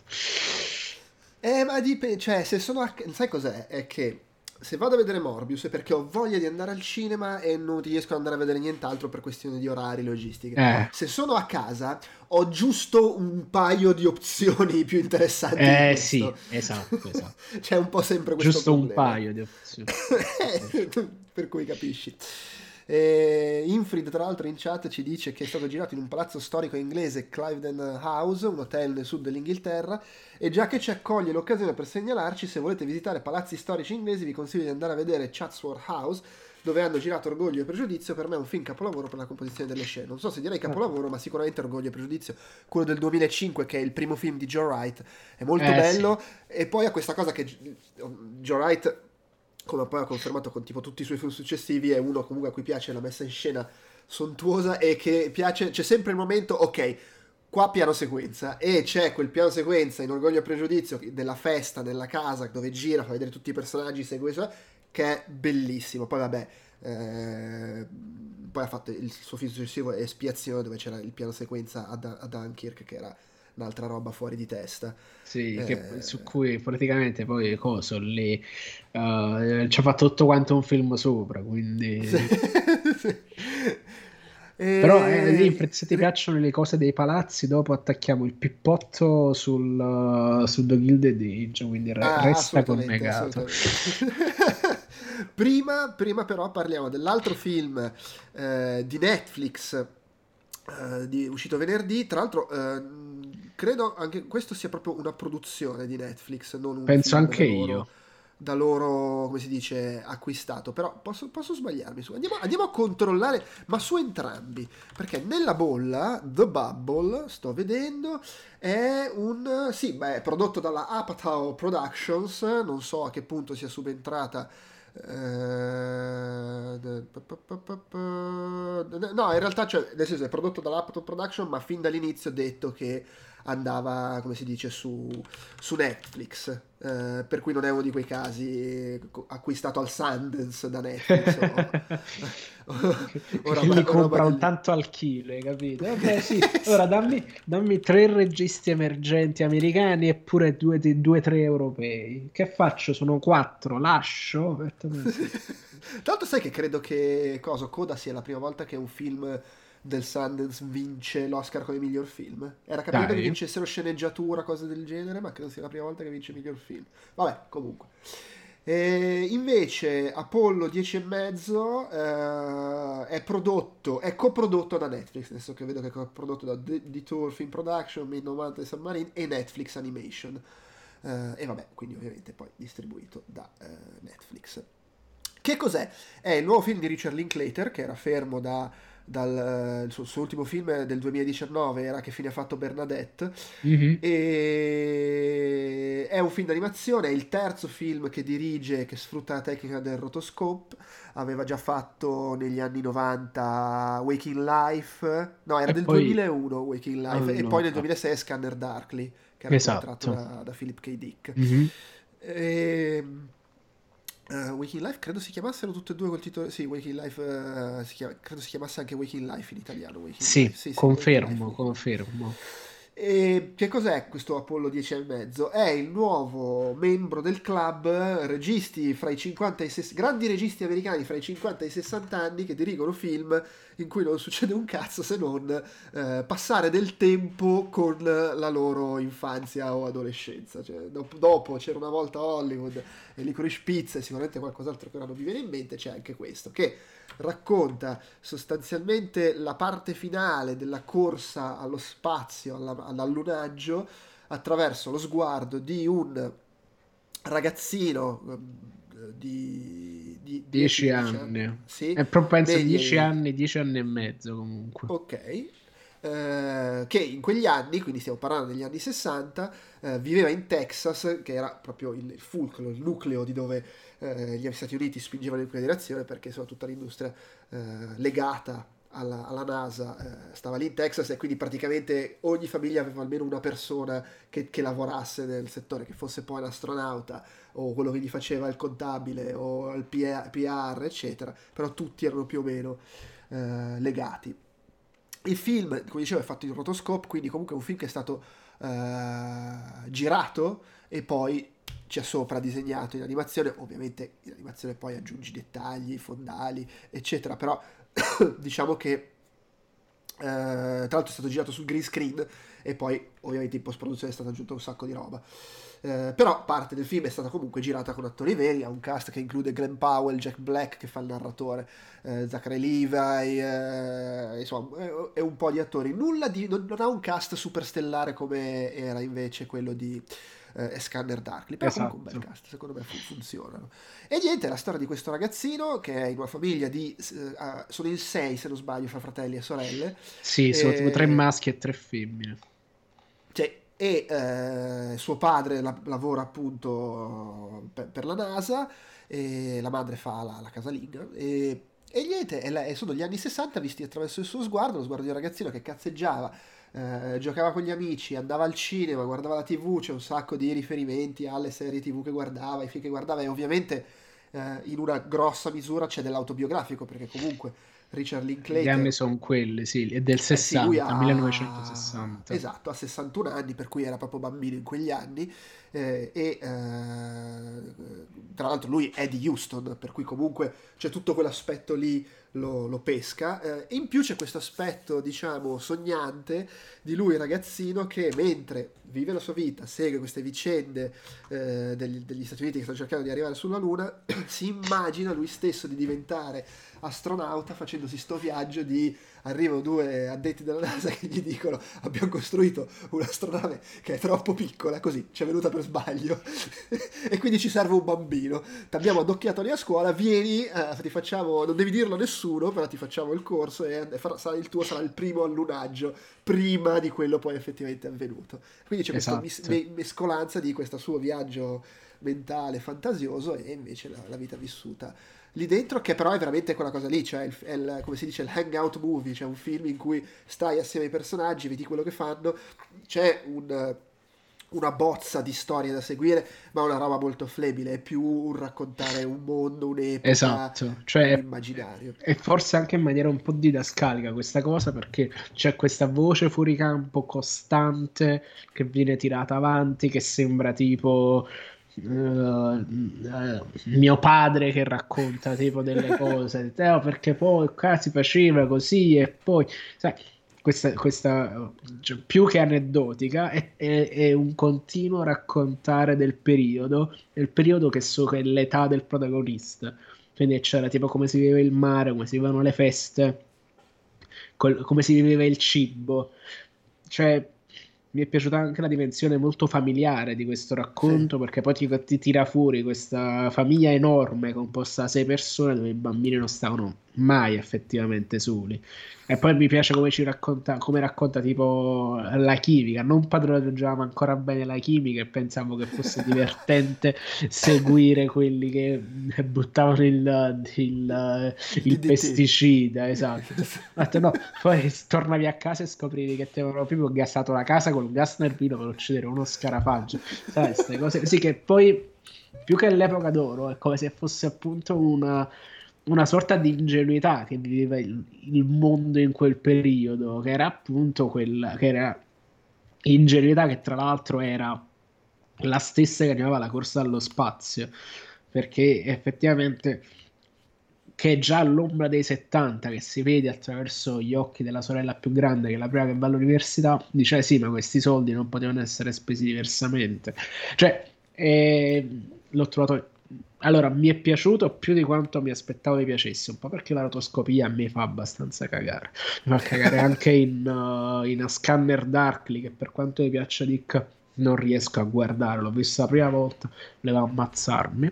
Eh, ma dipende, cioè, se sono a... Sai cos'è? È che se vado a vedere Morbius è perché ho voglia di andare al cinema e non riesco ad andare a vedere nient'altro per questioni di orari, logistiche. Eh, Se sono a casa ho giusto un paio di opzioni più interessanti di eh sì, questo. esatto, esatto. C'è un po' sempre questo Giusto un problema. paio di opzioni. Per cui capisci. Eh, Infrid, tra l'altro, in chat ci dice che è stato girato in un palazzo storico inglese, Cliveden House, un hotel nel sud dell'Inghilterra, e già che ci accoglie l'occasione per segnalarci, se volete visitare palazzi storici inglesi vi consiglio di andare a vedere Chatsworth House, dove hanno girato Orgoglio e Pregiudizio. Per me è un film capolavoro per la composizione delle scene. Non so se direi capolavoro, ma sicuramente Orgoglio e Pregiudizio, quello del duemilacinque, che è il primo film di Joe Wright, è molto Eh sì. bello. E poi ha questa cosa che Joe Wright, come poi ha confermato con tipo tutti i suoi film successivi, è uno comunque a cui piace la messa in scena sontuosa, e che piace, c'è sempre il momento, ok, qua piano sequenza, e c'è quel piano sequenza in Orgoglio e Pregiudizio della festa nella casa dove gira, fa vedere tutti i personaggi, segue, che è bellissimo. Poi vabbè, eh, poi ha fatto il suo film successivo Espiazione, dove c'era il piano sequenza a, Dun- a Dunkirk, che era un'altra roba fuori di testa. Sì, che, Eh, su cui praticamente poi coso lì eh, ci ha fatto tutto quanto un film sopra, sì, quindi. sì. Però eh, E... Wilfred, se ti piacciono le cose dei palazzi, dopo attacchiamo il pippotto sul, uh, su The Gilded Age, quindi re- Ah, resta assolutamente, collegato. assolutamente. prima, prima però parliamo dell'altro film eh, di Netflix, eh, di- uscito venerdì. Tra l'altro, eh, credo anche questo sia proprio una produzione di Netflix, non un Penso film anche da io. loro, da loro, come si dice, acquistato. Però posso, posso sbagliarmi su. Andiamo, andiamo a controllare, ma su entrambi. Perché nella bolla, The Bubble, sto vedendo, è un... Sì, beh, è prodotto dalla Apatow Productions, non so a che punto sia subentrata Eh, no, in realtà, cioè, nel senso è prodotto da Laptop Production, ma fin dall'inizio ha detto che andava, come si dice, su, su Netflix, eh, per cui non è uno di quei casi acquistato al Sundance da Netflix o, o, o roba, Li o roba compra un del... tanto al chilo, hai capito? Vabbè, sì, ora dammi, dammi tre registi emergenti americani e pure due, due tre europei. Che faccio? Sono quattro, lascio? Sì. Tra l'altro sai che credo che cosa, Coda sia la prima volta che un film del Sundance vince l'Oscar come miglior film. Era capitato che Dai. vincessero sceneggiatura, cose del genere, ma credo sia la prima volta che vince miglior film. Vabbè, comunque. E invece Apollo dieci e mezzo eh, è prodotto, è coprodotto da Netflix, adesso che vedo che è coprodotto da D- Detour Film Production, Mid novanta Submarine e Netflix Animation. Eh, e vabbè, quindi ovviamente poi distribuito da eh, Netflix. Che cos'è? È il nuovo film di Richard Linklater, che era fermo da, dal il suo, suo ultimo film del duemiladiciannove, era Che fine ha fatto Bernadette, Mhm. e è un film d'animazione, è il terzo film che dirige, che sfrutta la tecnica del rotoscope. Aveva già fatto negli anni novanta Waking Life, no, era E del poi, duemilauno Waking Life, e poi nel allora, duemilasei Scanner Darkly, che era quello tratto esatto. da, da Philip K. Dick. Mhm. E, uh, Waking Life credo si chiamassero tutte e due col titolo. Sì, Waking Life, uh, si chiama- credo si chiamasse anche Waking Life in italiano. Waking Life, Sì, sì, sì, Waking Life, confermo, Waking Life. confermo. E che cos'è questo Apollo dieci e mezzo? È il nuovo membro del club, registi fra i cinquanta e i sessanta, grandi registi americani fra i cinquanta e i sessanta anni che dirigono film in cui non succede un cazzo se non eh, passare del tempo con la loro infanzia o adolescenza. Cioè, dopo, dopo c'era una volta Hollywood e Licorice Pizza e sicuramente qualcos'altro che ora non mi viene in mente, c'è anche questo, che racconta sostanzialmente la parte finale della corsa allo spazio, alla, all'allunaggio, attraverso lo sguardo di un ragazzino eh, di, di Dieci dieci dodici anni, anni. sì, E proprio penso dieci medie, anni, dieci anni e mezzo comunque. ok, eh, che in quegli anni, quindi stiamo parlando degli anni sessanta, eh, viveva in Texas, che era proprio il, il fulcro, il nucleo di dove eh, gli Stati Uniti spingevano in quella direzione, perché insomma tutta l'industria eh, legata alla, alla NASA eh, stava lì in Texas, e quindi praticamente ogni famiglia aveva almeno una persona che, che lavorasse nel settore, che fosse poi un astronauta o quello che gli faceva il contabile o il P R, eccetera, però tutti erano più o meno eh, legati. Il film, come dicevo, è fatto in rotoscope, quindi comunque è un film che è stato eh, girato e poi c'è sopra disegnato in animazione. Ovviamente in animazione poi aggiungi dettagli, fondali, eccetera, però diciamo che eh, tra l'altro è stato girato sul green screen e poi ovviamente in post produzione è stata aggiunta un sacco di roba. Eh, però parte del film è stata comunque girata con attori veri, ha un cast che include Glenn Powell, Jack Black che fa il narratore, eh, Zachary Levi, eh, insomma è, è un po' di attori. Nulla di, non, non ha un cast superstellare come era invece quello di eh, Scanner Darkly, però comunque un bel Esatto. cast, secondo me fu- funzionano. E niente, è la storia di questo ragazzino che è in una famiglia di, eh, ah, sono in sei se non sbaglio, fra fratelli e sorelle, Sì, sono tipo tre e maschi e tre femmine. cioè, e eh, suo padre la- lavora appunto per, per la NASA, e la madre fa la, la casalinga, e, e niente, e la- e sono gli anni sessanta visti attraverso il suo sguardo, lo sguardo di un ragazzino che cazzeggiava, eh, giocava con gli amici, andava al cinema, guardava la tivù, c'è un sacco di riferimenti alle serie tivù che guardava, ai film che guardava, e ovviamente eh, in una grossa misura c'è dell'autobiografico, perché comunque Richard Gli anni Linklater, sono quelli, sì, è del eh sì, lui sessanta, ha, millenovecentosessanta. esatto, ha sessantuno anni, per cui era proprio bambino in quegli anni, eh, e eh, tra l'altro lui è di Houston, per cui comunque c'è tutto quell'aspetto lì, lo, lo pesca. Eh, in più c'è questo aspetto, diciamo, sognante di lui ragazzino che mentre vive la sua vita, segue queste vicende eh, degli, degli Stati Uniti che stanno cercando di arrivare sulla Luna, si immagina lui stesso di diventare astronauta facendosi sto viaggio di arrivano due addetti della NASA che gli dicono abbiamo costruito un'astronave che è troppo piccola, così ci è venuta per sbaglio e quindi ci serve un bambino, ti abbiamo addocchiato lì a scuola, vieni, eh, ti facciamo, non devi dirlo a nessuno, nessuno, però ti facciamo il corso e farà, sarà il tuo sarà il primo allunaggio prima di quello poi effettivamente avvenuto. Quindi c'è questa Esatto. mes- mescolanza di questo suo viaggio mentale fantasioso e invece la, la vita vissuta lì dentro, che però è veramente quella cosa lì, cioè il, è il, come si dice, il hangout movie, cioè un film in cui stai assieme ai personaggi, vedi quello che fanno, c'è un, una bozza di storie da seguire, ma una roba molto flebile, è più un raccontare un mondo, un'epoca, Esatto, un cioè immaginario. e forse anche in maniera un po' didascalica questa cosa perché c'è questa voce fuori campo costante che viene tirata avanti, che sembra tipo eh, eh, mio padre che racconta tipo delle cose, eh, oh, perché poi qua si faceva così e poi, sai, questa, questa cioè, più che aneddotica è, è- è un continuo raccontare del periodo, del periodo che so che è l'età del protagonista. Quindi c'era tipo come si viveva il mare, come si vivevano le feste, col- come si viveva il cibo. Cioè, mi è piaciuta anche la dimensione molto familiare di questo Sì. racconto, perché poi ti, ti tira fuori questa famiglia enorme composta da sei persone dove i bambini non stavano mai effettivamente soli. E poi mi piace come ci racconta, come racconta tipo la chimica. Non padroneggiavo ancora bene la chimica e pensavo che fosse divertente seguire quelli che buttavano il, il, Il il D D T. pesticida, esatto. Ho detto, no, poi tornavi a casa e scoprivi che ti avevano proprio gassato la casa con un gas nervino per uccidere uno scarafaggio. Sai, queste cose. Sì, che poi più che l'epoca d'oro è come se fosse appunto una, una sorta di ingenuità che viveva il, il mondo in quel periodo, che era appunto quella, che era ingenuità che tra l'altro era la stessa che animava la corsa allo spazio, perché effettivamente che è già all'ombra dei settanta, che si vede attraverso gli occhi della sorella più grande, che è la prima che va all'università, dice: "Eh sì, ma questi soldi non potevano essere spesi diversamente." Cioè, eh, l'ho trovato. Allora, mi è piaciuto più di quanto mi aspettavo mi piacesse, un po' perché la rotoscopia mi fa abbastanza cagare. Mi fa cagare anche in, uh, in A Scanner Darkly, che per quanto mi piaccia Dick, non riesco a guardare. L'ho vista la prima volta, volevo ammazzarmi.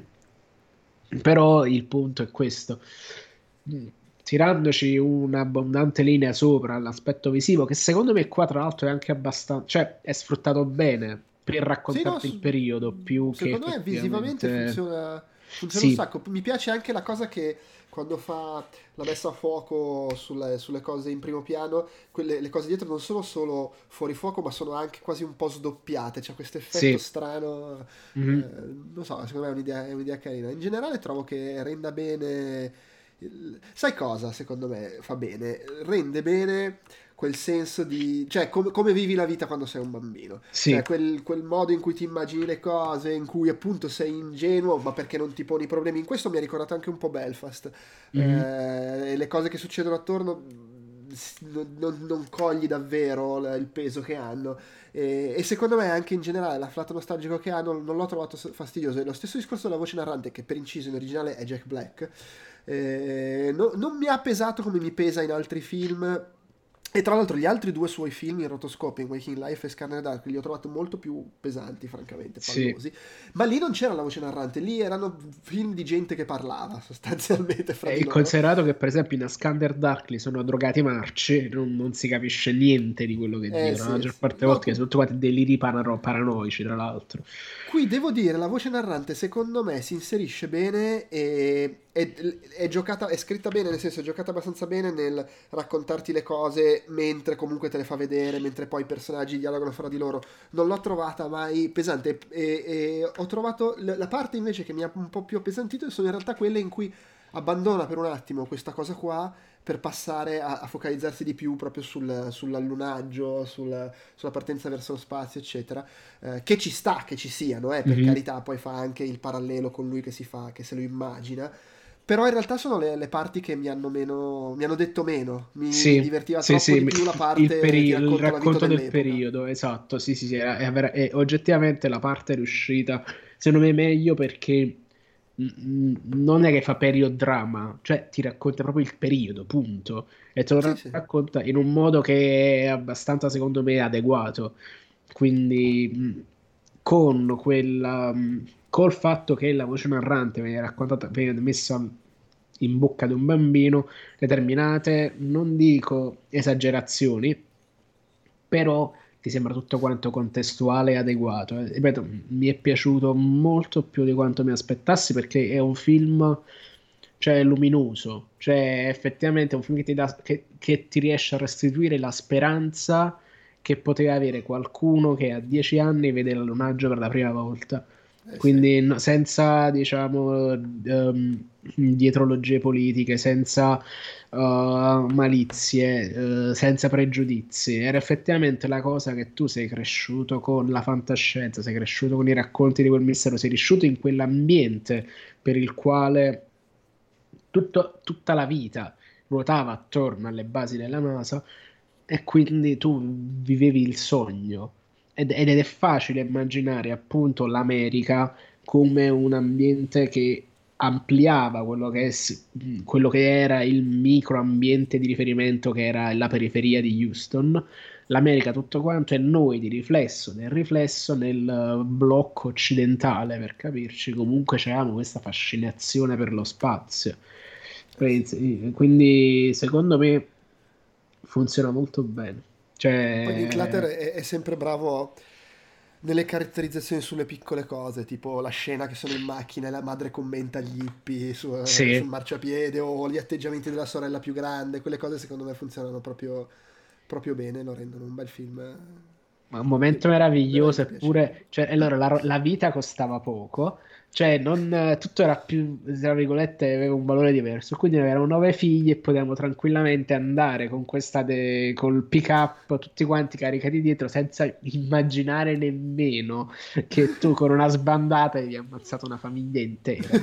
Però il punto è questo. Mm, Tirandoci un'abbondante linea sopra l'aspetto visivo, che secondo me qua tra l'altro è anche abbastanza, cioè è sfruttato bene per Sì, no, raccontarti il s- periodo più che secondo me visivamente effettivamente. funziona, funziona un Sì, sacco. Mi piace anche la cosa che quando fa la messa a fuoco sulle, sulle cose in primo piano, quelle, le cose dietro non sono solo fuori fuoco, ma sono anche quasi un po' sdoppiate. C'è questo effetto sì. strano. eh, Mhm. non so, secondo me è un'idea, è un'idea carina. In generale trovo che renda bene. il- Sai cosa, secondo me, fa bene? Rende bene quel senso di. Cioè, com- come vivi la vita quando sei un bambino. Cioè, Sì. quel, quel modo in cui ti immagini le cose, in cui appunto sei ingenuo, ma perché non ti poni problemi. In questo mi ha ricordato anche un po' Belfast. Mhm. Eh, e le cose che succedono attorno mh, s- non, non- non cogli davvero l- il peso che hanno. E, e secondo me anche in generale l'afflato nostalgico che hanno non l'ho trovato s- fastidioso. E lo stesso discorso della voce narrante, che per inciso in originale è Jack Black. Eh, no- non mi ha pesato come mi pesa in altri film. E tra l'altro gli altri due suoi film, in rotoscopio, in Waking Life e Scanner Dark, li ho trovati molto più pesanti, francamente, Sì. pallosi. Ma lì non c'era la voce narrante, lì erano film di gente che parlava sostanzialmente fra di E loro. considerato che per esempio in A Scander Darkly sono drogati marci, non, non si capisce niente di quello che Eh dicono. La sì, maggior sì. parte delle No, volte che qui, sono tutti quanti deliri parano- paranoici, tra l'altro. qui devo dire, la voce narrante secondo me si inserisce bene e è, è giocata, è scritta bene, nel senso è giocata abbastanza bene nel raccontarti le cose mentre comunque te le fa vedere, mentre poi i personaggi dialogano fra di loro. Non l'ho trovata mai pesante e, e ho trovato l- la parte invece che mi ha un po' più appesantito sono in realtà quelle in cui abbandona per un attimo questa cosa qua per passare a, a focalizzarsi di più proprio sul, sull'allunaggio, sul- sulla partenza verso lo spazio, eccetera. Eh, che ci sta, che ci siano, eh, per Mhm. carità, poi fa anche il parallelo con lui che si fa, che se lo immagina. Però in realtà sono le, le parti che mi hanno meno, mi hanno detto meno. Mi, mi Sì, divertiva sì, troppo sì, di mi- più la il, parte peri- ti il racconto la vita racconto del dell'epoca. periodo, esatto, sì, sì, sì, è, è vera- è oggettivamente la parte riuscita, secondo me meglio perché mm, mm, non è che fa periodrama, cioè ti racconta proprio il periodo, punto, e te lo Sì, ra- sì. racconta in un modo che è abbastanza, secondo me, adeguato, quindi mm, con quella, mm, col fatto che la voce narrante viene raccontata, viene messa in bocca di un bambino determinate, non dico esagerazioni, però ti sembra tutto quanto contestuale e adeguato. Eh, Ripeto, mi è piaciuto molto più di quanto mi aspettassi perché è un film, cioè, luminoso, cioè effettivamente è un film che ti dà- che- che ti riesce a restituire la speranza che poteva avere qualcuno che a dieci anni vede il lunaggio per la prima volta. Eh sì. Quindi no- senza, diciamo, ehm, dietrologie politiche, senza uh, malizie, eh, senza pregiudizi. Era effettivamente la cosa che tu sei cresciuto con la fantascienza, sei cresciuto con i racconti di quel mistero, sei cresciuto in quell'ambiente per il quale tutto- tutta la vita ruotava attorno alle basi della NASA e quindi tu vivevi il sogno. Ed, ed è facile immaginare appunto l'America come un ambiente che ampliava quello che, è s- quello che era il microambiente di riferimento che era la periferia di Houston. L'America tutto quanto e noi di riflesso, nel riflesso nel eh, blocco occidentale, per capirci, comunque c'avevamo questa fascinazione per lo spazio. Eh sì. Quindi, quindi, secondo me funziona molto bene. Poi Linklater Cioè, è, è sempre bravo nelle caratterizzazioni sulle piccole cose, tipo la scena che sono in macchina e la madre commenta gli hippie su- eh, sul sì, marciapiede o gli atteggiamenti della sorella più grande, quelle cose secondo me funzionano proprio, proprio bene, lo rendono un bel film. ma un Che momento meraviglioso, veramente piacevole. eppure, cioè, allora la, la vita costava poco, cioè non, eh, tutto era più, tra virgolette, aveva un valore diverso, quindi noi avevamo nove figli e potevamo tranquillamente andare con questa de- col pick up tutti quanti caricati dietro senza immaginare nemmeno che tu con una sbandata avevi ammazzato una famiglia intera.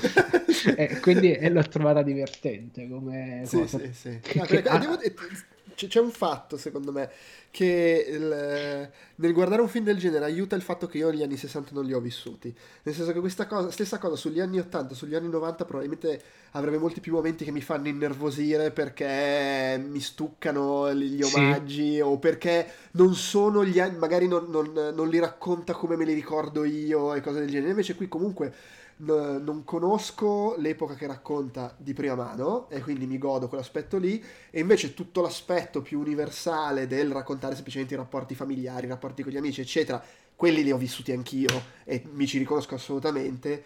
E quindi e l'ho trovata divertente come Sì, cosa. sì, sì. Che, No, che- perché- devo- ah, e- c'è c'è un fatto, secondo me, che il- nel guardare un film del genere aiuta il fatto che io gli anni sessanta non li ho vissuti. Nel senso che questa cosa, stessa cosa sugli anni ottanta, sugli anni novanta, probabilmente avrebbe molti più momenti che mi fanno innervosire perché mi stuccano gli gli sì, omaggi o perché non sono gli anni, magari non, non- non li racconta come me li ricordo io e cose del genere. Invece qui comunque n- non conosco l'epoca che racconta di prima mano e quindi mi godo quell'aspetto lì e invece tutto l'aspetto più universale del raccontare semplicemente i rapporti familiari, i rapporti con gli amici, eccetera, quelli li ho vissuti anch'io e mi ci riconosco assolutamente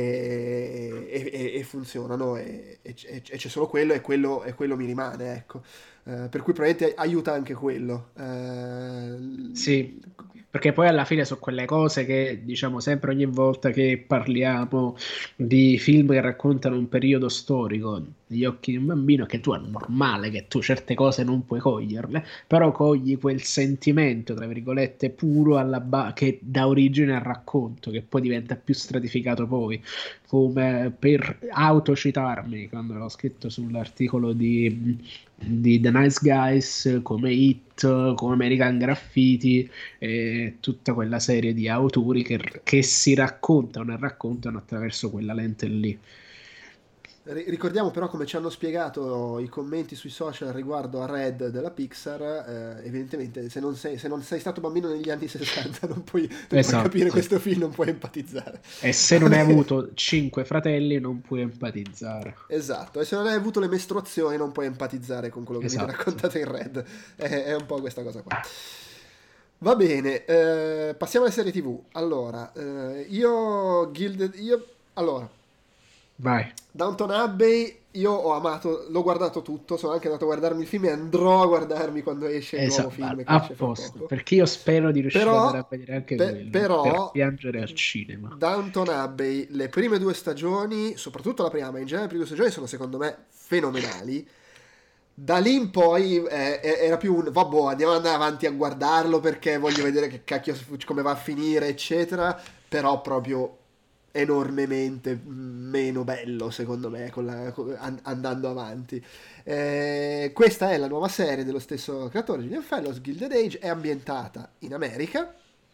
e, e- e- e funzionano e, e- e c'è solo quello e quello, e quello mi rimane, ecco. Eh, per cui probabilmente aiuta anche quello. Eh, sì, perché poi alla fine sono quelle cose che diciamo sempre ogni volta che parliamo di film che raccontano un periodo storico negli occhi di un bambino, che tu è normale che tu certe cose non puoi coglierle, però cogli quel sentimento, tra virgolette, puro alla ba- che dà origine al racconto, che poi diventa più stratificato poi, come per autocitarmi quando l'ho scritto sull'articolo di di The Nice Guys, come Hit, come American Graffiti e tutta quella serie di autori che, che si raccontano e raccontano attraverso quella lente lì. Ri- Ricordiamo però come ci hanno spiegato i commenti sui social riguardo a Red della Pixar, eh, evidentemente se non, sei, se non sei stato bambino negli anni sessanta non puoi, non puoi capire Esatto. questo film, non puoi empatizzare. E se non hai avuto cinque fratelli non puoi empatizzare. Esatto, e se non hai avuto le mestruazioni non puoi empatizzare con quello che viene Esatto. raccontato in Red. È, è un po' questa cosa qua. Va bene, eh, passiamo alle serie T V. Allora, eh, io, Gilded, io, allora, Vai. Downton Abbey, io ho amato, l'ho guardato tutto, sono anche andato a guardarmi il film e andrò a guardarmi quando esce il nuovo Esatto, film che a esce fra posto, poco. perché io spero di riuscire ad andare a Però, vedere anche pe- quello, per però, piangere al cinema. Downton Abbey, le prime due stagioni, soprattutto la prima, ma in generale le prime due stagioni sono secondo me fenomenali. Da lì in poi eh, eh, era più un vabbè, andiamo ad andare avanti a guardarlo perché voglio vedere che cacchio come va a finire, eccetera. Però proprio enormemente meno bello, secondo me, con la- con- an- andando avanti. Eh, questa è la nuova serie dello stesso creatore, Gillian Fellows, Gilded Age, è ambientata in America.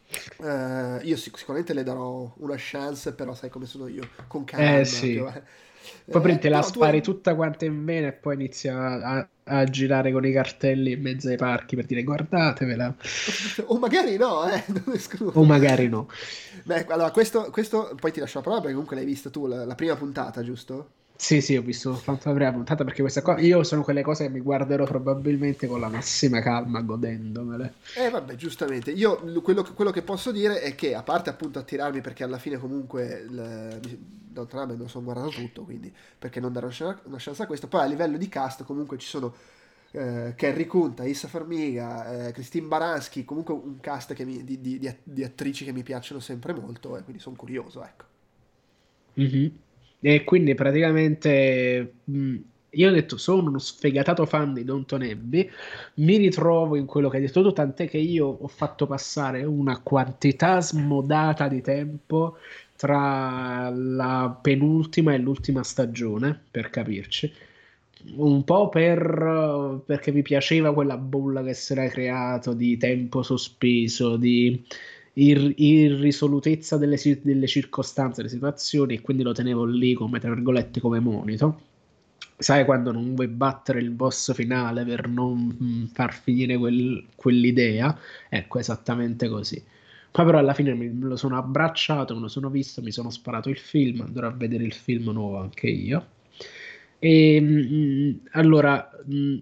Eh, io sic- sicuramente le darò una chance, però sai come sono io, con Eh calma. Più- sì. Poi eh, prendi, te la però tu hai... spari tutta quanta in vena e poi inizia a, a girare con i cartelli in mezzo ai parchi per dire guardatevela. O magari no, eh, non O escludo. magari no. Beh, allora, questo, questo poi ti lascio la parola perché comunque l'hai vista tu, la, la prima puntata, giusto? Sì, sì, ho visto soltanto la prima puntata perché questa qua, io sono quelle cose che mi guarderò probabilmente con la massima calma, godendomele. Eh vabbè, giustamente, io l- quello, che quello che posso dire è che, a parte appunto attirarmi, perché alla fine comunque il, mi- Downton Abbey me lo sono guardato tutto, quindi perché non dare una chance, una chance a questo, poi a livello di cast comunque ci sono eh, Carrie Kunta, Issa Farmiga, eh, Christine Baranski, comunque un cast che mi- di, di- di att- di attrici che mi piacciono sempre molto, e quindi sono curioso, ecco. Mhm. E quindi praticamente mh, io ho detto sono uno sfegatato fan di Downton Abbey, mi ritrovo in quello che hai detto tu, tant'è che io ho fatto passare una quantità smodata di tempo tra la penultima e l'ultima stagione, per capirci. Un po' per, perché mi piaceva quella bolla che si era creato di tempo sospeso, di ir- irrisolutezza delle, si- delle circostanze, delle situazioni, e quindi lo tenevo lì come, tra virgolette, come monito. Sai quando non vuoi battere il boss finale per non mm, far finire quel- quell'idea? Ecco, esattamente così. Poi però alla fine mi- me lo sono abbracciato, me lo sono visto, mi sono sparato il film, andrò a vedere il film nuovo anche io. E, mm, allora, mm,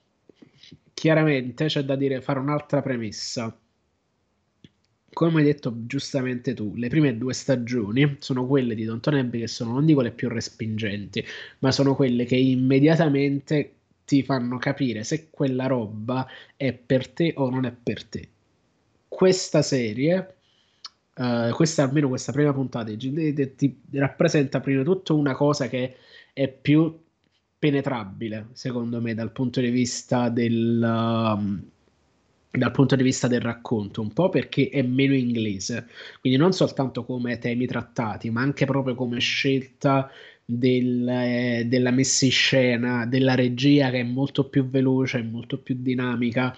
chiaramente c'è da dire, fare un'altra premessa. Come hai detto giustamente tu, le prime due stagioni sono quelle di Downton Abbey che sono, non dico le più respingenti, ma sono quelle che immediatamente ti fanno capire se quella roba è per te o non è per te. Questa serie, eh, questa almeno questa prima puntata, di G D D, ti rappresenta prima di tutto una cosa che è più penetrabile, secondo me, dal punto di vista del, um, dal punto di vista del racconto, un po' perché è meno inglese, quindi non soltanto come temi trattati, ma anche proprio come scelta del- eh, della messa in scena, della regia che è molto più veloce, molto più dinamica.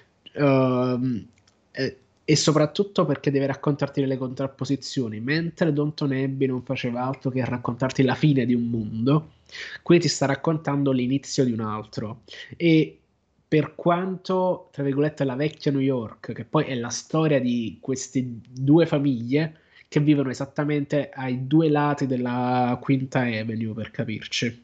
Ehm, eh, e soprattutto perché deve raccontarti delle contrapposizioni, mentre Downton Abbey non faceva altro che raccontarti la fine di un mondo, qui ti sta raccontando l'inizio di un altro. E per quanto, tra virgolette, la vecchia New York, che poi è la storia di queste due famiglie che vivono esattamente ai due lati della Quinta Avenue, per capirci,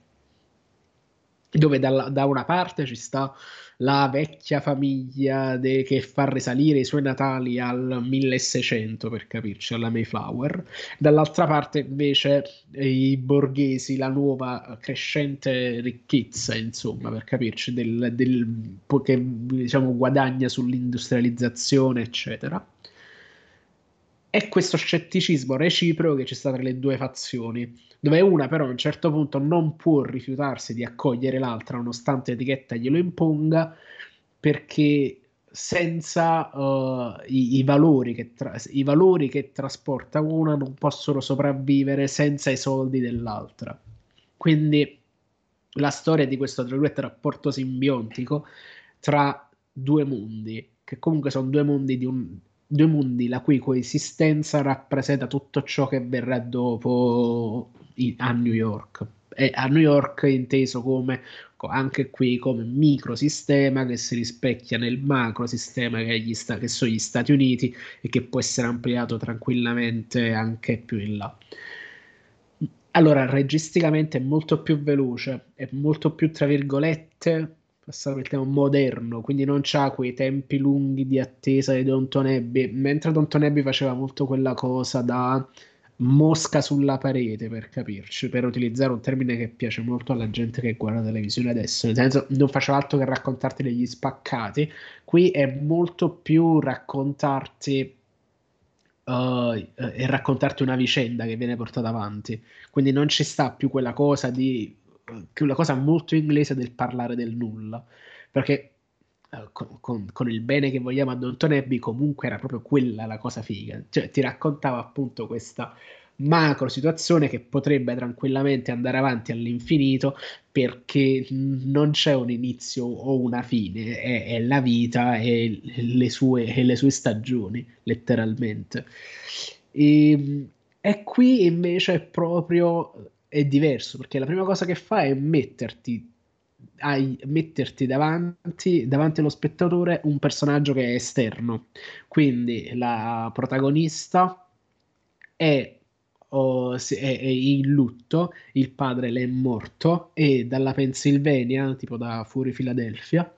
dove dalla- da una parte ci sta la vecchia famiglia de- che fa risalire i suoi natali al milleseicento, per capirci, alla Mayflower, dall'altra parte invece eh, i borghesi, la nuova crescente ricchezza, insomma, per capirci, del, del- che diciamo guadagna sull'industrializzazione, eccetera. E questo scetticismo reciproco che c'è sta tra le due fazioni, dove una però a un certo punto non può rifiutarsi di accogliere l'altra nonostante l'etichetta glielo imponga, perché senza eh, i, i valori che tra- i valori che trasporta una non possono sopravvivere senza i soldi dell'altra. Quindi la storia di questo, tra virgolette, rapporto simbiontico tra due mondi, che comunque sono due mondi di un, due mondi la cui coesistenza rappresenta tutto ciò che verrà dopo i- a New York. E a New York inteso come co- anche qui come microsistema che si rispecchia nel macrosistema che, è gli sta- che sono gli Stati Uniti e che può essere ampliato tranquillamente anche più in là. Allora, registicamente è molto più veloce, è molto più, tra virgolette, passare il termine moderno, quindi non c'ha quei tempi lunghi di attesa di Downton Abbey, mentre Downton Abbey faceva molto quella cosa da mosca sulla parete, per capirci, per utilizzare un termine che piace molto alla gente che guarda televisione adesso, nel senso non faceva altro che raccontarti degli spaccati, qui è molto più raccontarti eh, e raccontarti una vicenda che viene portata avanti. Quindi non ci sta più quella cosa di quella cosa molto inglese del parlare del nulla. Perché eh, con, con- con il bene che vogliamo a Downton Abbey, comunque era proprio quella la cosa figa. Cioè, ti raccontava appunto questa macro situazione che potrebbe tranquillamente andare avanti all'infinito perché non c'è un inizio o una fine, è, è la vita e le sue, e le sue stagioni, letteralmente. E, e qui invece è proprio è diverso, perché la prima cosa che fa è metterti, ai- metterti davanti, davanti allo spettatore un personaggio che è esterno. Quindi la protagonista è oh, si- è, è in lutto, il padre le è morto e dalla Pennsylvania, tipo da fuori Filadelfia,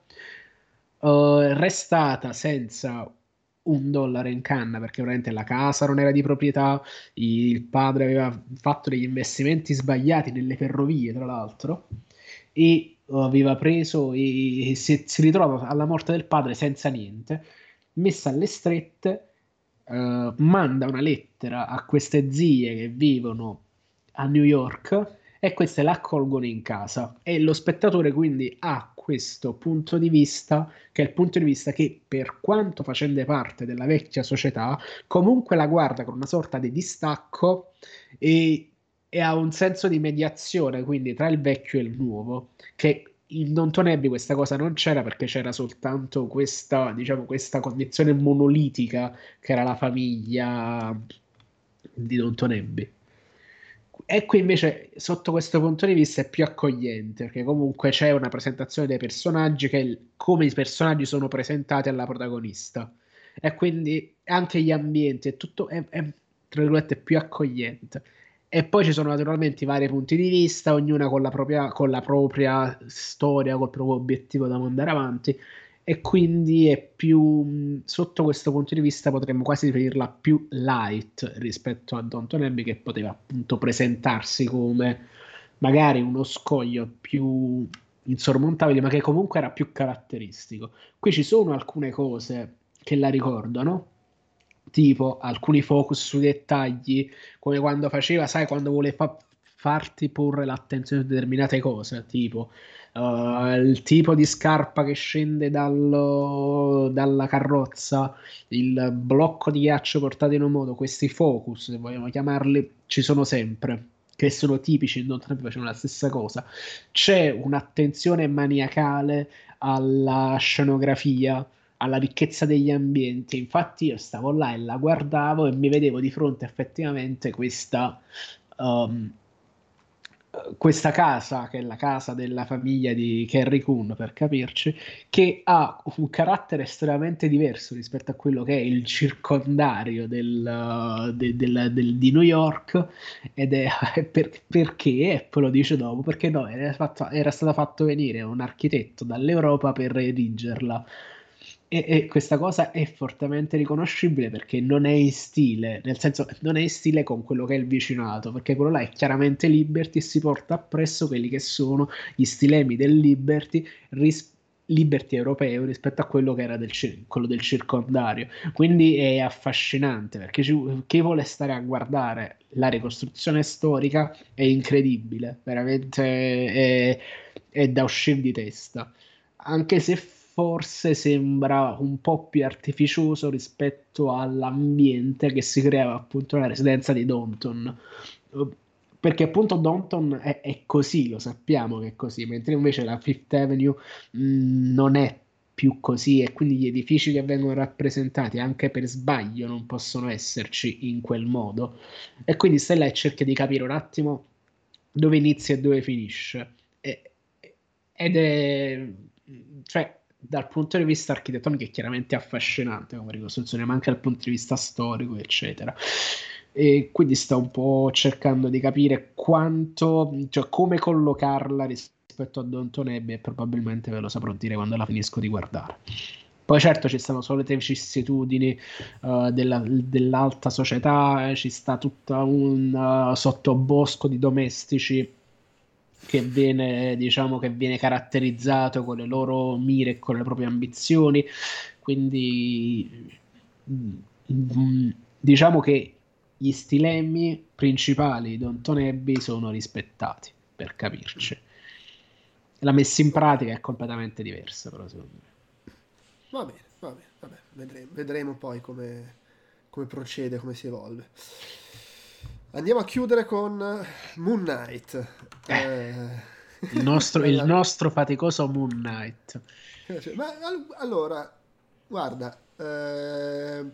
eh, restata senza un dollaro in canna perché veramente la casa non era di proprietà, il padre aveva fatto degli investimenti sbagliati nelle ferrovie, tra l'altro, e eh, aveva preso e, e si, si ritrova alla morte del padre senza niente, messa alle strette, eh, manda una lettera a queste zie che vivono a New York e queste la accolgono in casa e lo spettatore quindi ha questo punto di vista che è il punto di vista che per quanto facendo parte della vecchia società comunque la guarda con una sorta di distacco e, e ha un senso di mediazione quindi tra il vecchio e il nuovo che in Downton Abbey questa cosa non c'era perché c'era soltanto questa, diciamo, questa condizione monolitica che era la famiglia di Downton Abbey. E qui invece, sotto questo punto di vista, è più accogliente, perché comunque c'è una presentazione dei personaggi che come i personaggi sono presentati alla protagonista. E quindi anche gli ambienti è tutto è, è, tra virgolette più accogliente. E poi ci sono naturalmente i vari punti di vista, ognuna con la propria, con la propria storia, col proprio obiettivo da mandare avanti e quindi è più, mh, sotto questo punto di vista potremmo quasi definirla più light rispetto a Downton Abbey che poteva appunto presentarsi come magari uno scoglio più insormontabile ma che comunque era più caratteristico. Qui ci sono alcune cose che la ricordano, tipo alcuni focus sui dettagli, come quando faceva, sai, quando vuole fa- farti porre l'attenzione su determinate cose, tipo Uh, il tipo di scarpa che scende dallo- dalla carrozza, il blocco di ghiaccio portato in un modo, questi focus, se vogliamo chiamarli, ci sono sempre, che sono tipici, in Downton Abbey facevano la stessa cosa. C'è un'attenzione maniacale alla scenografia, alla ricchezza degli ambienti. Infatti io stavo là e la guardavo e mi vedevo di fronte effettivamente questa... um, questa casa, che è la casa della famiglia di Carrie Coon, per capirci, che ha un carattere estremamente diverso rispetto a quello che è il circondario del, de- del- del- di New York, ed è per- perché, e poi lo dice dopo, perché no, era, fatto- era stato fatto venire un architetto dall'Europa per erigerla. E, e questa cosa è fortemente riconoscibile perché non è in stile, nel senso non è in stile con quello che è il vicinato, perché quello là è chiaramente Liberty e si porta appresso quelli che sono gli stilemi del Liberty, ris- Liberty europeo rispetto a quello che era del, cir- quello del circondario. Quindi è affascinante perché ci- chi vuole stare a guardare la ricostruzione storica è incredibile, veramente è, è da uscire di testa anche se forse sembra un po' più artificioso rispetto all'ambiente che si creava appunto nella residenza di Downton. Eh, Perché appunto Downton è, è così, lo sappiamo che è così, mentre invece la Fifth Avenue mh, non è più così e quindi gli edifici che vengono rappresentati anche per sbaglio non possono esserci in quel modo. E quindi stai là e cerchi di capire un attimo dove inizia e dove finisce. E- ed è, cioè, dal punto di vista architettonico è chiaramente affascinante come ricostruzione, ma anche dal punto di vista storico, eccetera. E quindi sto un po' cercando di capire quanto, cioè come collocarla rispetto a Downton Abbey e probabilmente ve lo saprò dire quando la finisco di guardare. Poi certo ci stanno solo le vicissitudini eh, della- dell'alta società, eh, ci sta tutto un eh, sottobosco di domestici che viene, diciamo, che viene caratterizzato con le loro mire e con le proprie ambizioni. Quindi, mm, mm, diciamo che gli stilemi principali di Downton Abbey sono rispettati, per capirci. La messa in Ok, pratica è completamente diversa, però, secondo me. va bene, va bene, vabbè, vedremo, vedremo poi come, come procede, come si evolve. Andiamo a chiudere con Moon Knight. Eh, Eh, il nostro, il la- nostro faticoso Moon Knight. Ma al- allora, guarda, eh,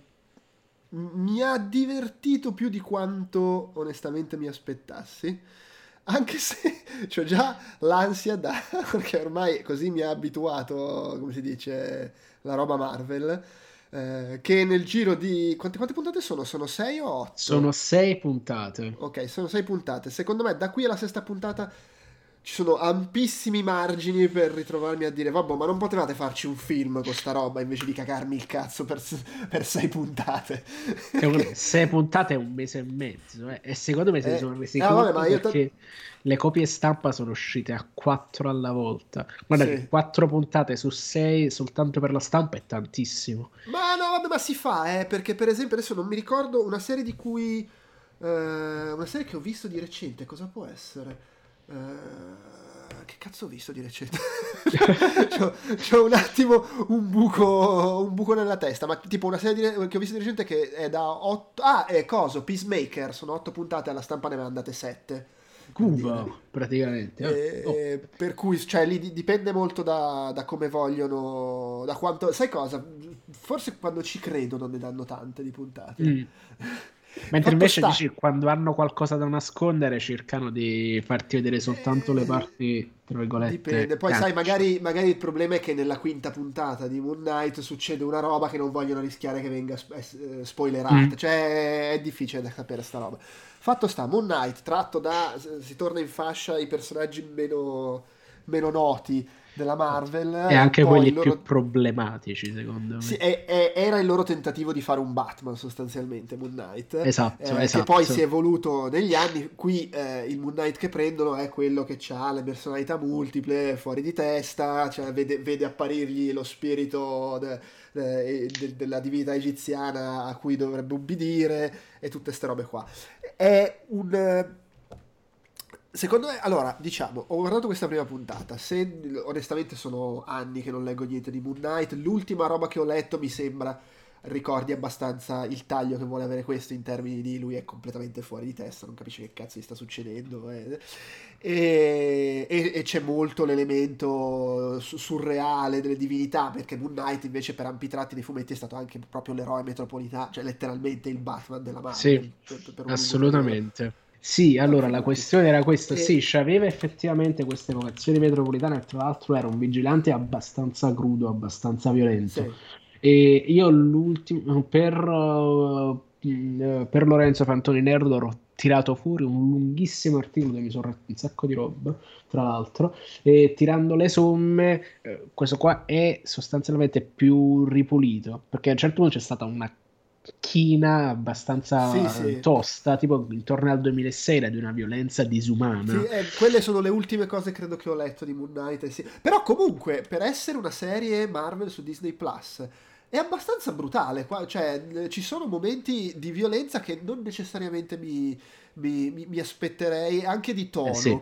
m- mi ha divertito più di quanto onestamente mi aspettassi. Anche se c'ho già l'ansia da... perché ormai così mi ha abituato, come si dice, la roba Marvel. eh, che nel giro di... Quante, quante puntate sono? Sono sei o Sono otto? sei puntate. Ok, sono sei puntate. Secondo me da qui alla sesta puntata ci sono ampissimi margini per ritrovarmi a dire, vabbè, ma non potevate farci un film con sta roba invece di cagarmi il cazzo per, s- per sei puntate. Secondo me, Che- sei puntate è un mese e mezzo, eh. E secondo me se ne eh, sono resi ah, vabbè, conto ma io... ta- perché le copie stampa sono uscite a quattro alla volta. Guarda che Sì. quattro puntate su sei soltanto per la stampa è tantissimo. Ma no, vabbè, ma si fa, eh, perché per esempio adesso non mi ricordo una serie di cui... eh, una serie che ho visto di recente, cosa può essere? Eh, che cazzo ho visto di recente? c'ho, c'ho un attimo un buco, un buco nella testa, ma tipo una serie di- che ho visto di recente che è da otto... Ah, è coso, Peacemaker, sono otto puntate, alla stampa ne aveva andate sette, per Cuba, dire. praticamente. Ah, oh. E per cui, cioè, lì di- dipende molto da, da come vogliono, da quanto... Sai cosa? Forse quando ci credono ne danno tante di puntate. Mm. Mentre Fatto invece sta. dici, quando hanno qualcosa da nascondere cercano di farti vedere soltanto le Eh, parti, tra virgolette, Dipende. Poi, sai, action. magari, magari il problema è che nella quinta puntata di Moon Knight succede una roba che non vogliono rischiare che venga sp- eh, spoilerata. Mm. Cioè, è difficile da sapere sta roba. Fatto sta, Moon Knight, tratto da... Si torna in fascia i personaggi meno, meno noti della Marvel, E è un anche po' quelli il più loro... problematici, secondo Sì, me. è- è- era il loro tentativo di fare un Batman sostanzialmente, Moon Knight, Esatto, eh, che poi si è esatto. evoluto negli anni. Qui eh, il Moon Knight che prendono è quello che ha le personalità multiple, fuori di testa, cioè vede, vede apparirgli lo spirito de- de- de- della divinità egiziana a cui dovrebbe ubbidire e tutte queste robe qua. È un... eh, Secondo me, allora, diciamo, ho guardato questa prima puntata, se onestamente sono anni che non leggo niente di Moon Knight, l'ultima roba che ho letto mi sembra ricordi abbastanza il taglio che vuole avere questo in termini di lui è completamente fuori di testa, non capisce che cazzo gli sta succedendo, eh. e, e- e c'è molto l'elemento su- surreale delle divinità, perché Moon Knight invece per ampi tratti nei fumetti è stato anche proprio l'eroe metropolitano, cioè letteralmente il Batman della Marvel Sì, per, per un lungo periodo. assolutamente. Sì, No, allora la figurati. questione era questa, sì, E, c'aveva effettivamente queste vocazioni metropolitane e tra l'altro era un vigilante abbastanza crudo, abbastanza violento. sì. E io l'ultimo, per, uh, mh, eh, per Lorenzo Fantoni Nerdor ho tirato fuori un lunghissimo articolo dove mi sono retto un sacco di roba, tra l'altro, e tirando le somme, eh, questo qua è sostanzialmente più ripulito, perché a un certo punto c'è stata una china Sì, abbastanza eh, sì. tosta, tipo intorno al duemilasei, era di una violenza Sì, disumana. eh, quelle sono le ultime cose credo che ho letto di Moon Knight. eh sì. Però comunque, per essere una serie Marvel su Disney Plus, è abbastanza brutale. Qua, cioè, eh, ci sono momenti di violenza che non necessariamente mi, mi- mi- mi aspetterei, anche di Eh sì, tono.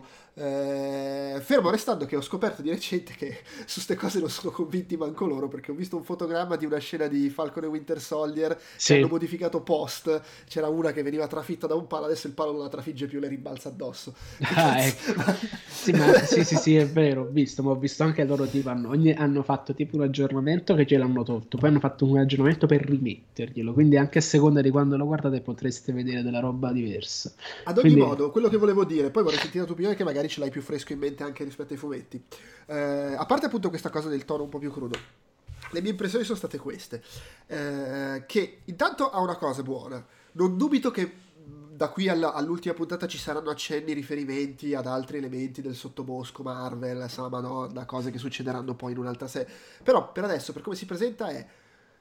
Eh, fermo restando che ho scoperto di recente che su ste cose non sono convinti manco loro, perché ho visto un fotogramma di una scena di Falcon e Winter Soldier che hanno sì. modificato post. C'era una che veniva trafitta da un palo, adesso il palo non la trafigge più, le rimbalza addosso. Che Ah, cazzo? ecco. Sì, ma sì, sì, sì, è vero, ho visto, ma ho visto anche loro tipo hanno, ogni- hanno fatto tipo un aggiornamento che ce l'hanno tolto, poi hanno fatto un aggiornamento per rimetterglielo, quindi anche a seconda di quando lo guardate potreste vedere della roba diversa. Ad ogni Quindi modo, quello che volevo dire, poi vorrei sentire la tua opinione che magari ce l'hai più fresco in mente anche rispetto ai fumetti. Eh, a parte appunto questa cosa del tono un po' più crudo, le mie impressioni sono state queste. Eh, che intanto ha una cosa buona. Non dubito che mh, da qui alla- all'ultima puntata ci saranno accenni, riferimenti ad altri elementi del sottobosco Marvel, sa Madonna, cose che succederanno poi in un'altra serie. Però per adesso, per come si presenta, è